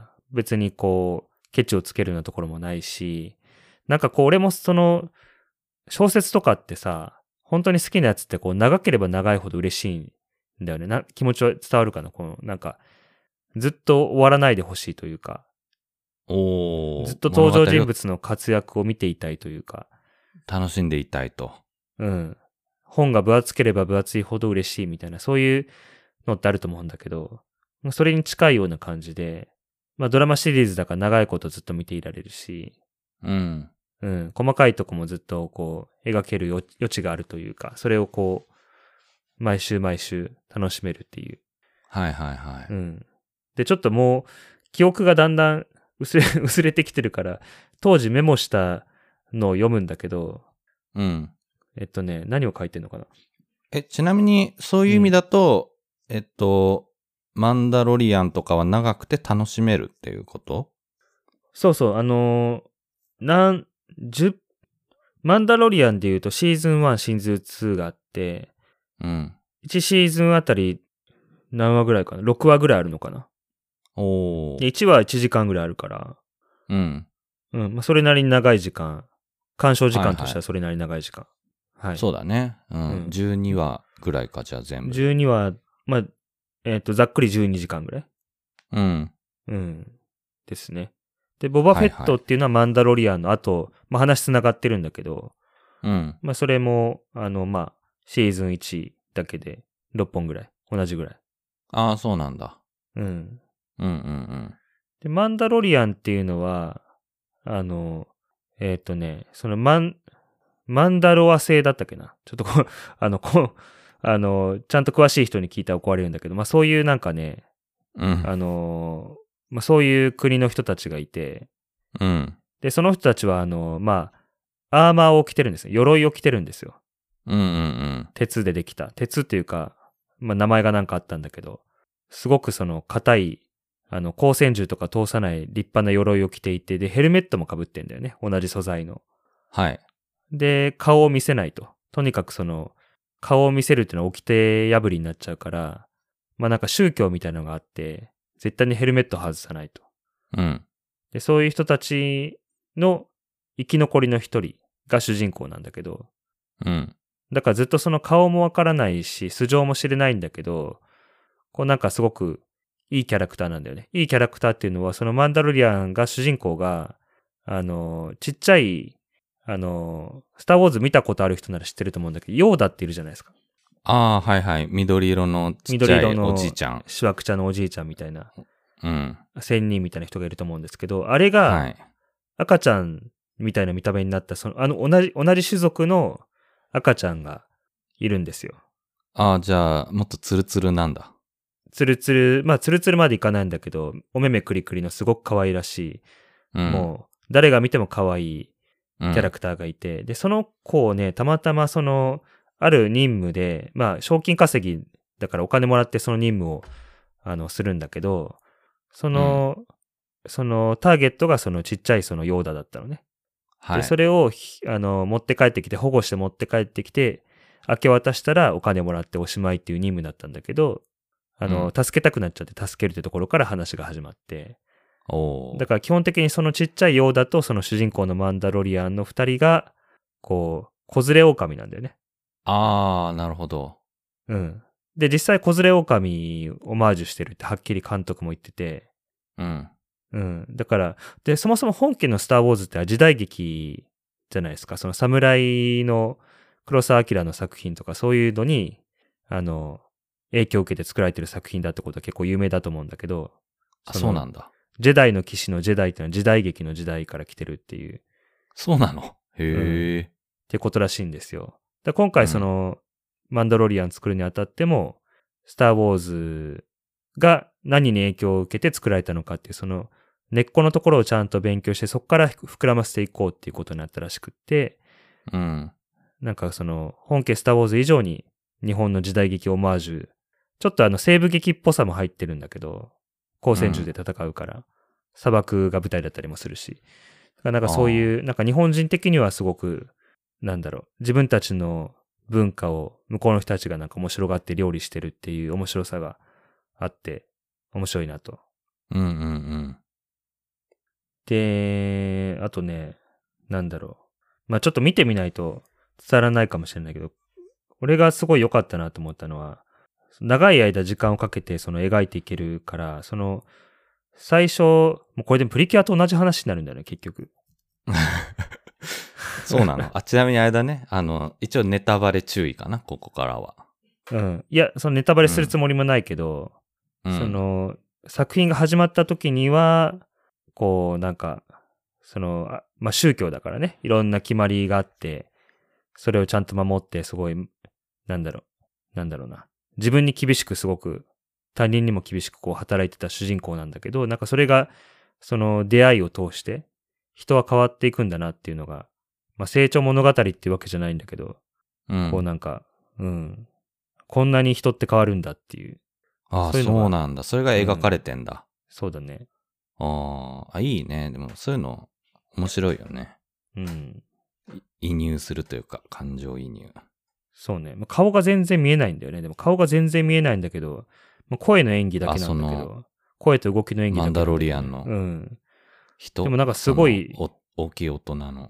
別にこう、ケチをつけるようなところもないし、なんかこう俺もその、小説とかってさ、本当に好きなやつってこう長ければ長いほど嬉しいんだよね。な、気持ちは伝わるかなこの、なんか、ずっと終わらないでほしいというか、 おー、 ずっと登場人物の活躍を見ていたいというか、 楽しんでいたいと。 うん。本が分厚ければ分厚いほど嬉しいみたいな、そういうのってあると思うんだけど、それに近いような感じで、まあドラマシリーズだから長いことずっと見ていられるし、 うん。 うん。細かいとこもずっとこう、描ける余地があるというか、それをこう、毎週毎週楽しめるっていう。 はいはいはい。 うん。で、ちょっともう、記憶がだんだん薄れ、薄れてきてるから、当時メモしたのを読むんだけど、 うん。 えっとね、何を書いてんのかな。 え、ちなみに、そういう意味だと、うん、えっと、マンダロリアンとかは長くて楽しめるっていうこと？ そうそう、あのー、なん、十、マンダロリアンで言うとシーズンワン、シーズンツーがあって、 うん。 いちシーズンあたり何話ぐらいかな ?ろく 話ぐらいあるのかな。 おー。 いちわいちじかんぐらいあるから。 うん。 うん。まあ、それなりに長い時間鑑賞時間としてはそれなりに長い時間。はい。はい、 そうだね。うん。うん、じゅうにわぐらいか、じゃあ全部。 じゅうにわ、まあ、えっと、ざっくりじゅうにじかんぐらい。 うん。 うん。ですね。で、ボバフェットっていうのはマンダロリアンの後、まあ話繋がってるんだけど、 うん。 まあそれも、あの、まあ、シーズンいちだけでろっぽんぐらい。同じぐらい。 ああ、そうなんだ。 うん。 うんうんうん。 で、マンダロリアンっていうのは、あの、えっとね、そのマン、マンダロア製だったっけな。ちょっとこう、あの、こう、あの、ちゃんと詳しい人に聞いたら怒られるんだけど、まあそういうなんかね、 うん。 あの、まあそういう国の人たちがいて、 うん。 で、その人たちはあの、まあ、アーマーを着てるんですよ。鎧を着てるんですよ。 うんうんうん。 鉄でできた。鉄っていうか、まあ名前がなんかあったんだけど、すごくその硬い、あの、光線銃とか通さない立派な鎧を着ていて、で、ヘルメットも被ってんだよね。同じ素材の。 はい。 で、顔を見せないと。とにかくその、顔を見せるっていうのは掟破りになっちゃうから、まあなんか宗教みたいなのがあって、絶対にヘルメット外さないと。 うん。 で、そういう人たちの生き残りの一人が主人公なんだけど、 うん。 だからずっとその顔もわからないし、素性も知れないんだけど、こうなんかすごくいいキャラクターなんだよね。いいキャラクターっていうのは、そのマンダロリアンが主人公が、あの、ちっちゃい、あの、スターウォーズ見たことある人なら知ってると思うんだけど、ヨーダっているじゃないですか。 ああ、はいはい。緑色のちっちゃいおじいちゃん。 しわくちゃのおじいちゃんみたいな。 うん。 仙人みたいな人がいると思うんですけど、あれが、 はい。 赤ちゃんみたいな見た目になった、その、あの、同じ、同じ種族の赤ちゃんがいるんですよ。 ああ、じゃあ、もっとツルツルなんだ。 ツルツル、まあ、ツルツルまでいかないんだけど、お目目クリクリのすごく可愛らしい、うん、もう、誰が見ても可愛いキャラクターがいて、うん、で、その子をね、たまたまその、ある任務で、まあ、賞金稼ぎだからお金もらってその任務を、あの、するんだけど、その、うん、その、ターゲットがそのちっちゃいそのヨーダだったのね。はい。で、それを、あの、持って帰ってきて、保護して持って帰ってきて、明け渡したらお金もらっておしまいっていう任務だったんだけど、あの、うん、助けたくなっちゃって助けるってところから話が始まって。 おだから基本的にそのちっちゃいヨーダとその主人公のマンダロリアンの二人が、こう、子連れ狼なんだよね。 あー、なるほど。 うん。で、実際子連れ狼オマージュしてるってはっきり監督も言ってて。 うん。 うん。だから、で、そもそも本家のスターウォーズって時代劇じゃないですか。その侍の黒澤明の作品とかそういうのに、あの、影響を受けて作られてる作品だってことは結構有名だと思うんだけど。 あ、そうなんだ。 ジェダイの騎士のジェダイっていうのは時代劇の時代から来てるっていう。 そうなの？へー、うん。 ってことらしいんですよ。で今回その、うん、マンダロリアン作るにあたっても、スターウォーズが何に影響を受けて作られたのかっていう、その根っこのところをちゃんと勉強して、そこから膨らませていこうっていうことになったらしくって、 うん。 なんかその、本家スターウォーズ以上に日本の時代劇オマージュ、ちょっとあの西部劇っぽさも入ってるんだけど、光線銃で戦うから、うん、砂漠が舞台だったりもするし、なんかそういう、なんか日本人的にはすごく、なんだろう、自分たちの文化を向こうの人たちがなんか面白がって料理してるっていう面白さがあって、面白いなと。 うんうんうん。 で、あとね、なんだろう。まあちょっと見てみないと伝わらないかもしれないけど、俺がすごい良かったなと思ったのは、長い間時間をかけてその描いていけるから、その、最初、もうこれでもプリキュアと同じ話になるんだよね、結局。 そうなの。あ、ちなみにあれだね。あの、一応ネタバレ注意かな、ここからは。 うん。いや、そのネタバレするつもりもないけど、うん、その、作品が始まった時には、こう、なんか、その、まあ、宗教だからね、いろんな決まりがあって、それをちゃんと守って、すごい、なんだろう、なんだろうな。自分に厳しくすごく、他人にも厳しくこう働いてた主人公なんだけど、なんかそれが、その出会いを通して、人は変わっていくんだなっていうのが、まあ、成長物語っていうわけじゃないんだけど、うん、こうなんか、うん、こんなに人って変わるんだっていう。 ああ、そういうのそうなんだ。それが描かれてんだ。うん、 そうだね。 ああ、いいね。でもそういうの面白いよね。 うん。 移入するというか、感情移入。 そうね。顔が全然見えないんだよね。でも顔が全然見えないんだけど、声の演技だけなんだけど、声と動きの演技だけマンダロリアンの。 うん。 人でもなんかすごい、 大きい大人の。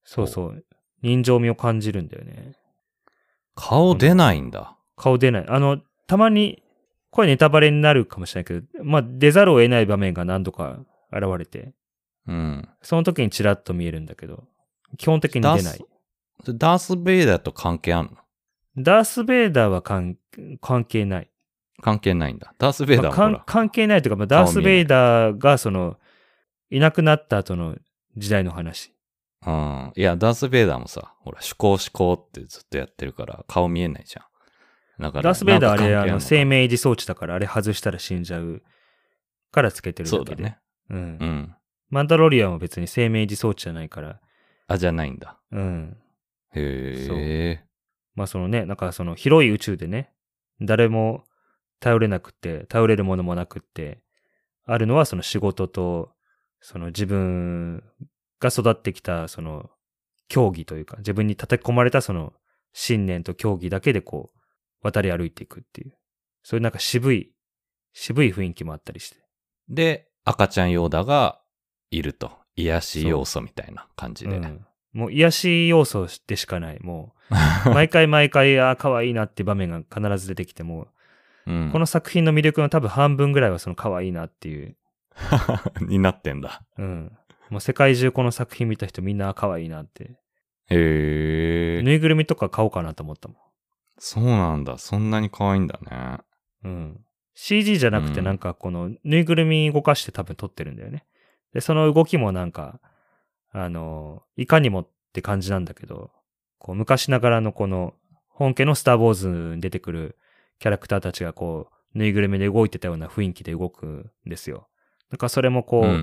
そうそう。人情味を感じるんだよね。 顔出ないんだ。 顔出ない。あの、たまに、これネタバレになるかもしれないけど、まあ、出ざるを得ない場面が何度か現れて、 うん。 その時にチラッと見えるんだけど、基本的に出ない。 ダース・ベイダーと関係あんの？ ダース・ベイダーは関関係ない。 関係ないんだ。ダース・ベイダーもほら、 まあ、関係ないというか、まあ、ダース・ベイダーがその、いなくなった後の時代の話。 うん。いや、ダース・ベイダーもさ、ほら、思考思考ってずっとやってるから、顔見えないじゃん。だからダース・ベイダーあれ、 ああの、生命維持装置だから、あれ外したら死んじゃうからつけてるだけで。 そうだね。 うん。 うん。 マンダロリアンは別に生命維持装置じゃないから。 あ、じゃないんだ。 うん。 へえ。 まあそのね、なんかその広い宇宙でね、誰も頼れなくて、頼れるものもなくって、あるのはその仕事と、その自分が育ってきたその競技というか、自分に叩き込まれたその信念と競技だけでこう、渡り歩いていくっていう。そういうなんか渋い、渋い雰囲気もあったりして。 で、赤ちゃんヨーダがいると。癒し要素みたいな感じで。 うん、もう癒し要素でしかない。もう、毎回毎回、ああ、可愛いなって場面が必ず出てきても、うん、この作品の魅力の多分半分ぐらいはその可愛いなっていう。 になってんだ。 うん。もう世界中この作品見た人みんな可愛いなって。 へえ。 ぬいぐるみとか買おうかなと思ったもん。 そうなんだ。そんなに可愛いんだね。 うん。シージー じゃなくてなんかこのぬいぐるみ動かして多分撮ってるんだよね。で、その動きもなんか、あの、いかにもって感じなんだけど、こう昔ながらのこの本家のスターウォーズに出てくるキャラクターたちがこう、ぬいぐるみで動いてたような雰囲気で動くんですよ。なんかそれもこう、うんうんうん、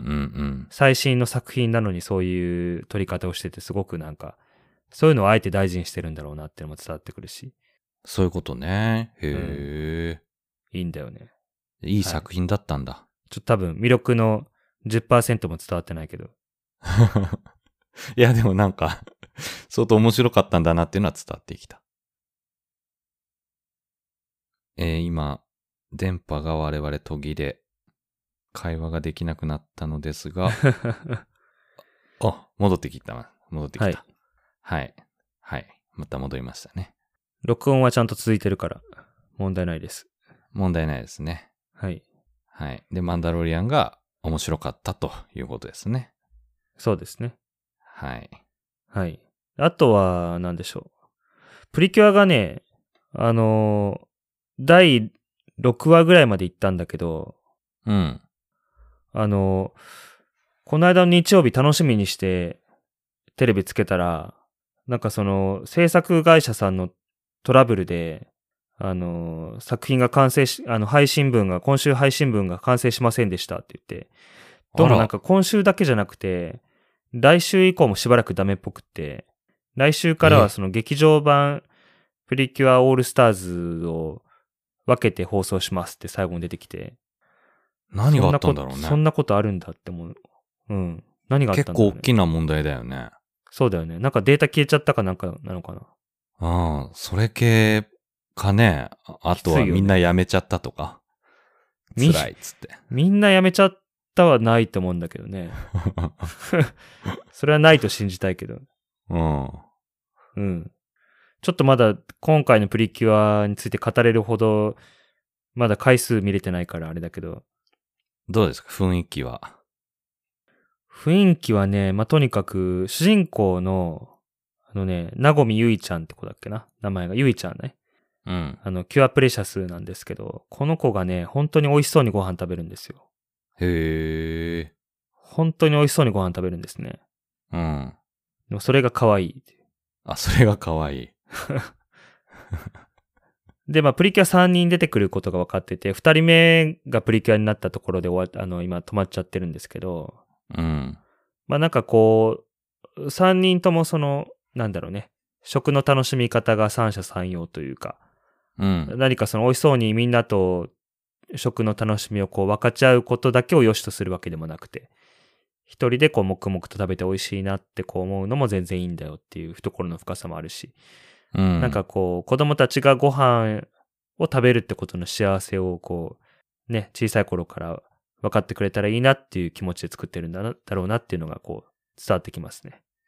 最新の作品なのにそういう撮り方をしててすごくなんか、そういうのをあえて大事にしてるんだろうなっていうのも伝わってくるし。 そういうことね。へえ、 うん。いいんだよね。 いい作品だったんだ。 はい、ちょっと多分魅力の じゅっパーセント も伝わってないけど。 いやでもなんか、相当面白かったんだなっていうのは伝わってきた。えー、今、電波が我々途切れ、会話ができなくなったのですが、あ、戻ってきた。戻ってきた。はい。はい。はい。また戻りましたね。 録音はちゃんと続いてるから、問題ないです。 問題ないですね。 はい。 はい。で、マンダロリアンが面白かったということですね。 そうですね。 はい。 はい。あとは、なんでしょう。プリキュアがね、あのー、だいろくわぐらいまで行ったんだけど、 うん。 あのー、この間の日曜日楽しみにしてテレビつけたら、なんかその制作会社さんのトラブルで、あのー、作品が完成し、あの配信分が、今週配信分が完成しませんでしたって言って、どうもなんか今週だけじゃなくて、来週以降もしばらくダメっぽくって、来週からはその劇場版プリキュアオールスターズを分けて放送しますって最後に出てきて。 何があったんだろうね。 そんなことあるんだって思う。うん。何があったんだろう、ね。 結構大きな問題だよね。 そうだよね。なんかデータ消えちゃったかなんかなのかな。 ああ、それ系かね。あとはみんな辞めちゃったとか。ね、辛いっつって。 みんな辞めちゃったはないと思うんだけどね。それはないと信じたいけど。 うん。 うん。ちょっとまだ今回のプリキュアについて語れるほど、まだ回数見れてないからあれだけど。 どうですか雰囲気は。 雰囲気はね、まあ、とにかく、主人公の、あのね、なごみゆいちゃんって子だっけな名前がゆいちゃんね。 うん。 あの、キュアプレシャスなんですけど、この子がね、本当に美味しそうにご飯食べるんですよ。 へー。 本当に美味しそうにご飯食べるんですね。 うん。 でもそれが可愛い。 あ、それが可愛い。 で、まあ、プリキュアさんにん出てくることが分かってて、ふたりめがプリキュアになったところで終わあの、今止まっちゃってるんですけど、 うん。 まあ、なんかこう、さんにんともその、なんだろうね、食の楽しみ方が三者三様というか、 うん、 何かその美味しそうにみんなと食の楽しみをこう分かち合うことだけを良しとするわけでもなくて、一人でこう黙々と食べて美味しいなってこう思うのも全然いいんだよっていう懐の深さもあるし、 うん、 なんかこう子供たちがご飯を食べるってことの幸せをこうね、小さい頃から分かってくれたらいいなっていう気持ちで作ってるんだな、だろうなっていうのがこう伝わってきますね。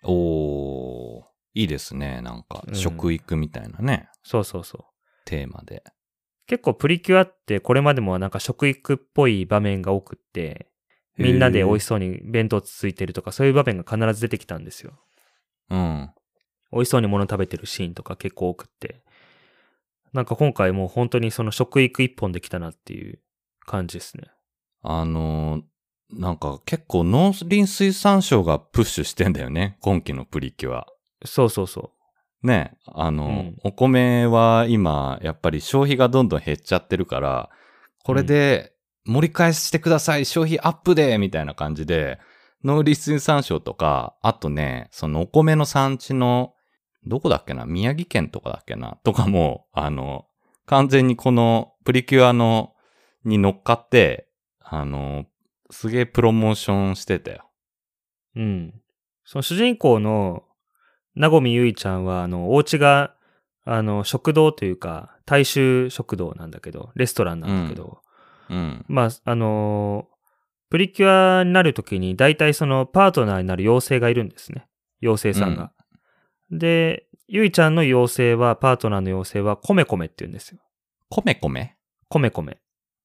おー、いいですね。なんか、 うん食育みたいなね、 そうそうそう。 テーマで。 結構プリキュアってこれまでもなんか食育っぽい場面が多くって、みんなで美味しそうに弁当つついてるとかそういう場面が必ず出てきたんですよ。 うん。 美味しそうに物食べてるシーンとか結構多くって。なんか今回もう本当にその食育一本できたなっていう感じですね。 あのー、なんか結構農林水産省がプッシュしてんだよね。今期のプリキュア。 そうそうそね、あの、 うんお米は今、やっぱり消費がどんどん減っちゃってるから、これで盛り返してください、消費アップでみたいな感じで、農林水産省とか、あとね、そのお米の産地の、どこだっけな、宮城県とかだっけな、とかも、あの、完全にこのプリキュアの、に乗っかって、あの、すげえプロモーションしてたよ。 う。うん。その主人公のなごみゆいちゃんは、あの、お家が、あの、食堂というか、大衆食堂なんだけど、レストランなんだけど、 うん。 まあ、あのープリキュアになるときに、大体そのパートナーになる妖精がいるんですね。妖精さんが。で、ゆいちゃんの妖精は、パートナーの妖精は、コメコメって言うんですよ。 米米コメコメ。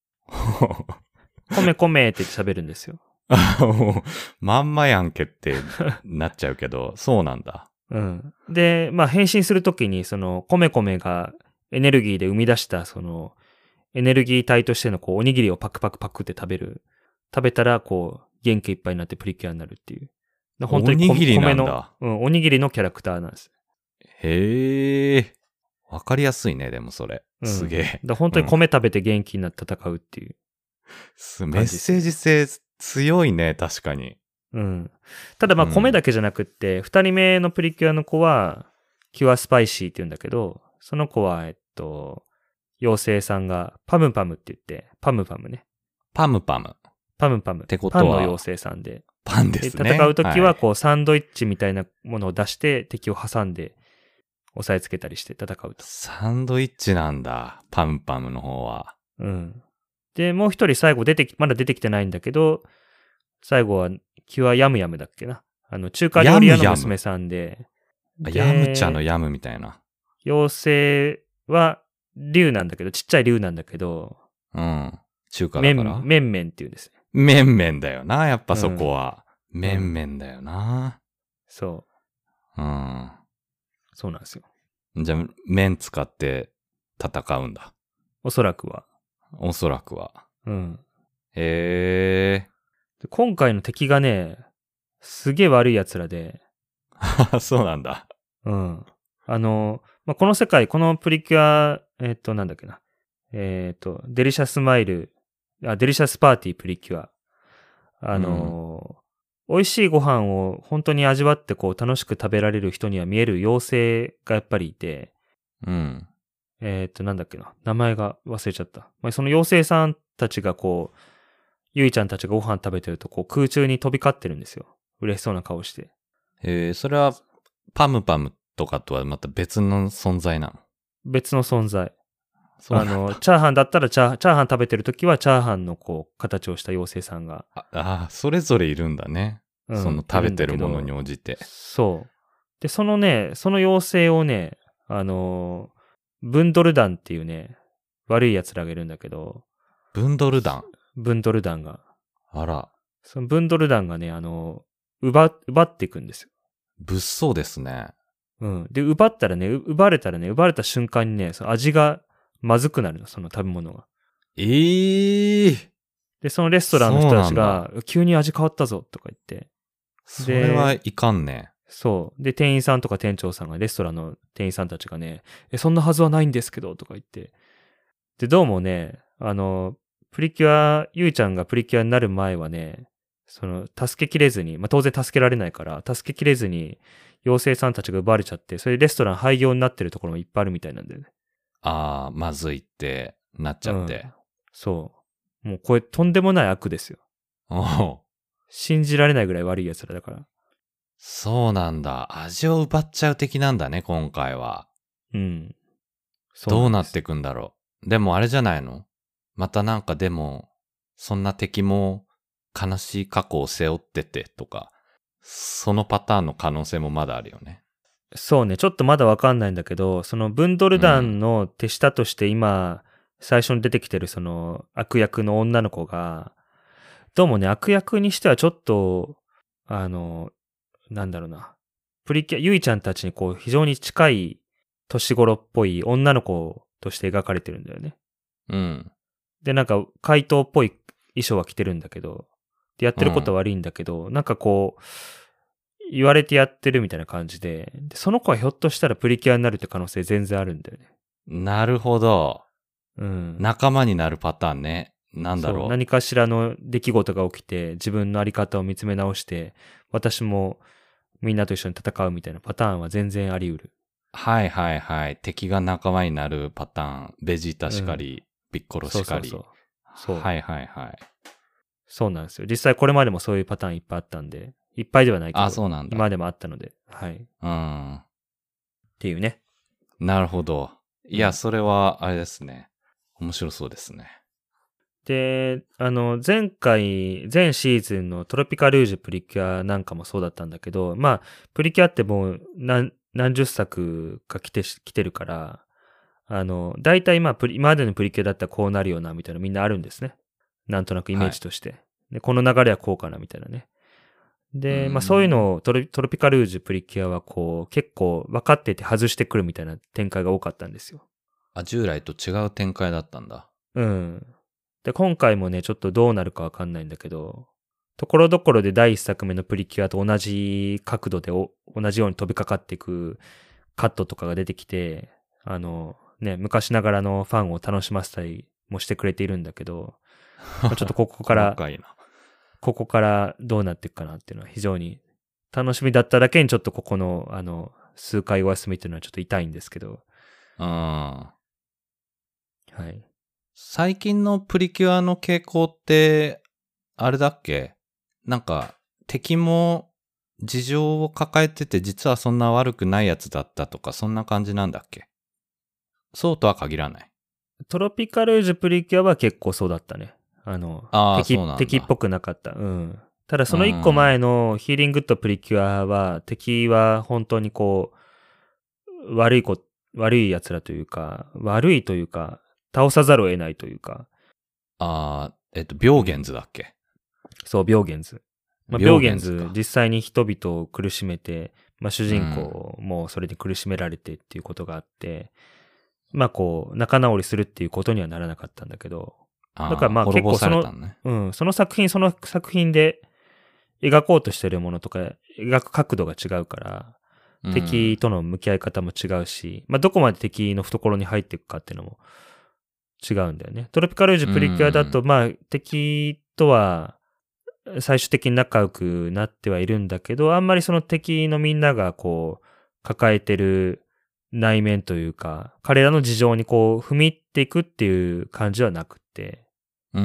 コメコメって喋るんですよ。 もうまんまやんけってなっちゃうけど、そうなんだ。 うん。で、まあ変身するときに、その、コメコメがエネルギーで生み出した、その、エネルギー体としての、こう、おにぎりをパクパクパクって食べる。食べたら、こう、元気いっぱいになってプリキュアになるっていう。本当におにぎりなんだ米の、うん、おにぎりのキャラクターなんです。 へえ。わかりやすいね、でもそれ。すげえ。 うん、だ本当に米食べて元気になって戦うっていう。 うん、メッセージ性強いね、確かに。 うん。ただまあ米だけじゃなくって、二、うん、人目のプリキュアの子は、キュアスパイシーって言うんだけど、その子は、えっと、妖精さんがパムパムって言って、パムパムね。 パムパム。 パムパム。 ってことは。 パンの妖精さんで。 パンですね。 で戦うときは、こう、はい、サンドイッチみたいなものを出して、敵を挟んで、押さえつけたりして戦うと。 サンドイッチなんだ。パムパムの方は。 うん。で、もう一人最後出てき、まだ出てきてないんだけど、最後は、キュアヤムヤムだっけな。あの、中華料理屋の娘さんで。 ヤムヤム。ヤムチャのヤムみたいな。 妖精は、竜なんだけど、ちっちゃい竜なんだけど。 うん。中華だから。 めんめんって言うんですね。 めんめんだよな、やっぱそこは。めんめんだよな。 そう。 うん。 そうなんですよ。 じゃあ、麺使って戦うんだ。 おそらくは。 おそらくは。 うん。 へえ。 今回の敵がね、すげえ悪い奴らで。 そうなんだ。 うん。あの、まあ、この世界、このプリキュア、えっと、なんだっけな。えっと、デリシャスマイル、あ、デリシャスパーティープリキュア。あの、うん、美味しいご飯を本当に味わってこう楽しく食べられる人には見える妖精がやっぱりいて。 うん。 えっと、なんだっけな。名前が忘れちゃった。まあ、その妖精さんたちがこう、ゆいちゃんたちがご飯食べてるとこう空中に飛び交ってるんですよ。嬉しそうな顔して。 えー、それはパムパムとかとはまた別の存在なの？ 別の存在。あの、チャーハンだったらチャー、チャーハン食べてるときはチャーハンのこう、形をした妖精さんが。 ああ、それぞれいるんだね。うん、その食べてるものに応じて。 そう。で、そのね、その妖精をね、あの、ブンドル団っていうね、悪い奴らがいるんだけど。 ブンドル団？ ブンドル団が。 あら。 そのブンドル団がね、あの、奪、奪っていくんですよ。 物騒ですね。 うん。で、奪ったらね、奪われたらね、奪われた瞬間にね、その味がまずくなるの、その食べ物が。 ええー。 で、そのレストランの人たちが、急に味変わったぞ、とか言って。 それはいかんね。 そう。で、店員さんとか店長さんが、レストランの店員さんたちがね、え、そんなはずはないんですけど、とか言って。で、どうもね、あの、プリキュア、ゆいちゃんがプリキュアになる前はね、その、助けきれずに、まあ、当然助けられないから、助けきれずに、妖精さんたちが奪われちゃって、それでレストラン廃業になってるところもいっぱいあるみたいなんだよね。 ああ、まずいってなっちゃって。 うん、そう。もうこれとんでもない悪ですよ。 お信じられないぐらい悪い奴らだから。 そうなんだ。味を奪っちゃう敵なんだね、今回は。 うん。 どうなってくんだろう。でもあれじゃないの？またなんかでも、そんな敵も悲しい過去を背負っててとか、 そのパターンの可能性もまだあるよね。 そうね、ちょっとまだわかんないんだけど、そのブンドル団の手下として今、最初に出てきてるその悪役の女の子が、どうもね、悪役にしてはちょっと、あの、なんだろうな、プリキュア、ゆいちゃんたちにこう非常に近い年頃っぽい女の子として描かれてるんだよね。 うん。 で、なんか怪盗っぽい衣装は着てるんだけど、でやってることは悪いんだけど、うん、なんかこう、言われてやってるみたいな感じで、で、その子はひょっとしたらプリキュアになるって可能性全然あるんだよね。 なるほど。 うん。 仲間になるパターンね。なんだろう。 何かしらの出来事が起きて、自分のあり方を見つめ直して、私もみんなと一緒に戦うみたいなパターンは全然あり得る。 はいはいはい。敵が仲間になるパターン。ベジータしかり、うん、ピッコロしかり。 そうそうそう。そう。 はいはいはい。 そうなんですよ。実際これまでもそういうパターンいっぱいあったんで、いっぱいではないけど、 あ、そうなんだ。 今までもあったので、はい。 うん。 っていうね。 なるほど。いや、それは、あれですね。面白そうですね。 で、あの、前回、前シーズンのトロピカルージュプリキュアなんかもそうだったんだけど、まあ、プリキュアってもう何、何十作か来て、来てるから、あの、大体まあ、今までのプリキュアだったらこうなるよな、みたいなみんなあるんですね。なんとなくイメージとして。はい、で、この流れはこうかな、みたいなね。で、まあそういうのをトロ、トロピカルージュプリキュアはこう、結構分かってて外してくるみたいな展開が多かったんですよ。 あ、従来と違う展開だったんだ。 うん。で、今回もね、ちょっとどうなるかわかんないんだけど、ところどころでだいいっさくめのプリキュアと同じ角度でお同じように飛びかかっていくカットとかが出てきて、あの、ね、昔ながらのファンを楽しませたりもしてくれているんだけど、まあ、ちょっとここから、ここからどうなっていくかなっていうのは非常に楽しみだっただけにちょっとここの、あの、数回お休みっていうのはちょっと痛いんですけど。 うん。はい。 最近のプリキュアの傾向って、あれだっけ？なんか、敵も事情を抱えてて、実はそんな悪くないやつだったとか、そんな感じなんだっけ？そうとは限らない。 トロピカルージュプリキュアは結構そうだったね。あの、 あ敵、敵っぽくなかった。うん。ただその一個前のヒーリングッドプリキュアは、敵は本当にこう、悪い子、悪い奴らというか、悪いというか、倒さざるを得ないというか。 ああ、えっと、病原図だっけ？ そう、病原図。まあ、病原図、実際に人々を苦しめて、まあ、主人公もそれに苦しめられてっていうことがあって、うん、まあこう、仲直りするっていうことにはならなかったんだけど、だからまあ結構その、ね、うん、その作品その作品で描こうとしてるものとか、描く角度が違うから、うん、敵との向き合い方も違うし、まあどこまで敵の懐に入っていくかっていうのも違うんだよね。トロピカルージュプリキュアだと、まあ敵とは最終的に仲良くなってはいるんだけど、あんまりその敵のみんながこう抱えてる内面というか、彼らの事情にこう踏み入っていくっていう感じはなくて、 うん。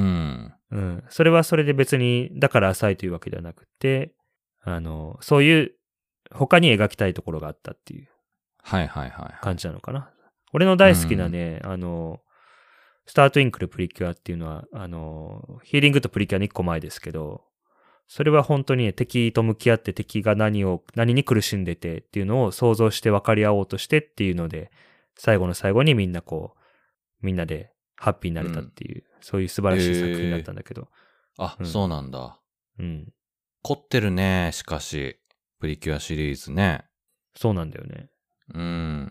うん。それはそれで別に、だから浅いというわけではなくて、あの、そういう他に描きたいところがあったっていうはいはいはい。 感じなのかな。俺の大好きなね、うん、あの、スタートインクルプリキュアっていうのは、あの、ヒーリングとプリキュアの一個前ですけど、それは本当に、ね、敵と向き合って敵が何を、何に苦しんでてっていうのを想像して分かり合おうとしてっていうので、最後の最後にみんなこう、みんなでハッピーになれたっていう、うん、そういう素晴らしい作品だったんだけど。 えー、あ、うん、そうなんだ。 うん。 凝ってるね、しかし、プリキュアシリーズね。 そうなんだよね。 うん。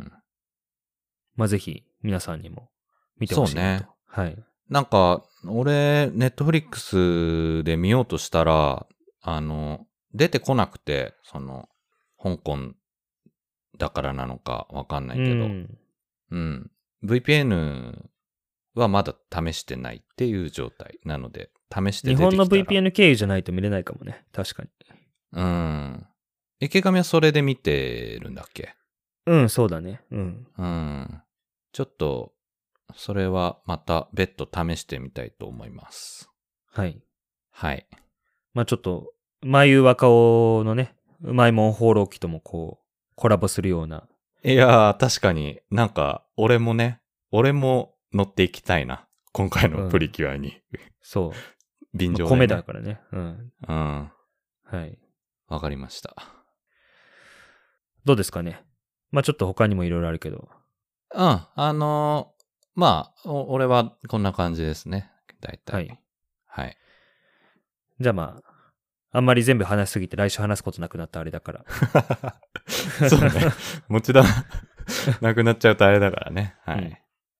まあ、ぜひ、皆さんにも見てほしいなと。 そうね。 はい。 なんか、俺、ネットフリックスで見ようとしたら、あの、出てこなくて、その、香港だからなのかわかんないけど、うん、うん。ブイピーエヌ はまだ試してないっていう状態なので、試して出てきたら。 日本の ブイピーエヌ 経由じゃないと見れないかもね。確かに。 うん。池上はそれで見てるんだっけ？ うん、そうだね。うん。 うん。ちょっと、それはまた別途試してみたいと思います。 はい。 はい。 まあちょっと、眉若尾のね、うまいもん放浪記ともこう、コラボするような。 いやー、確かになんか、俺もね、俺も乗っていきたいな。今回のプリキュアに。 うん、そう。 便乗で、ね。 米だからね。うん。 うん。 はい。 わかりました。 どうですかね。まあちょっと他にもいろいろあるけど。 うん、あのー、まあ、俺はこんな感じですね。大体。 はい。 はい。 じゃあまあ、あんまり全部話しすぎて来週話すことなくなったあれだから。 そうね。持ちだなくなっちゃうとあれだからね。はい。うん、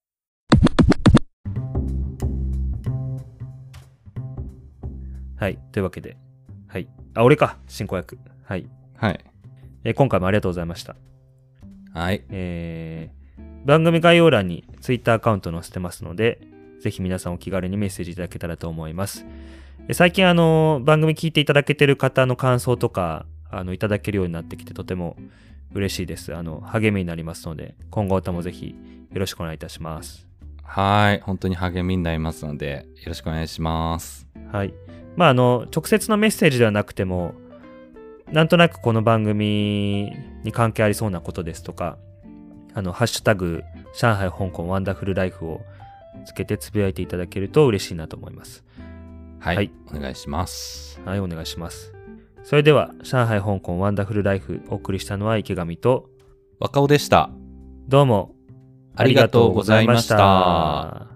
はい。というわけで。はい。あ、俺か。進行役。はい。 はい。 えー、今回もありがとうございました。 はい。 えー、番組概要欄に Twitter アカウント載せてますので、ぜひ皆さんお気軽にメッセージいただけたらと思います。最近あの番組聞いていただけてる方の感想とかあのいただけるようになってきてとても嬉しいです。あの励みになりますので今後ともぜひよろしくお願いいたします。 はい、本当に励みになりますのでよろしくお願いします。 はい。まああの直接のメッセージではなくてもなんとなくこの番組に関係ありそうなことですとかあのハッシュタグ上海香港ワンダフルライフをつけてつぶやいていただけると嬉しいなと思います。 はい、はい、お願いします。 はい、お願いします。それでは、上海香港ワンダフルライフお送りしたのは池上と若尾でした。 どうもありがとうございました。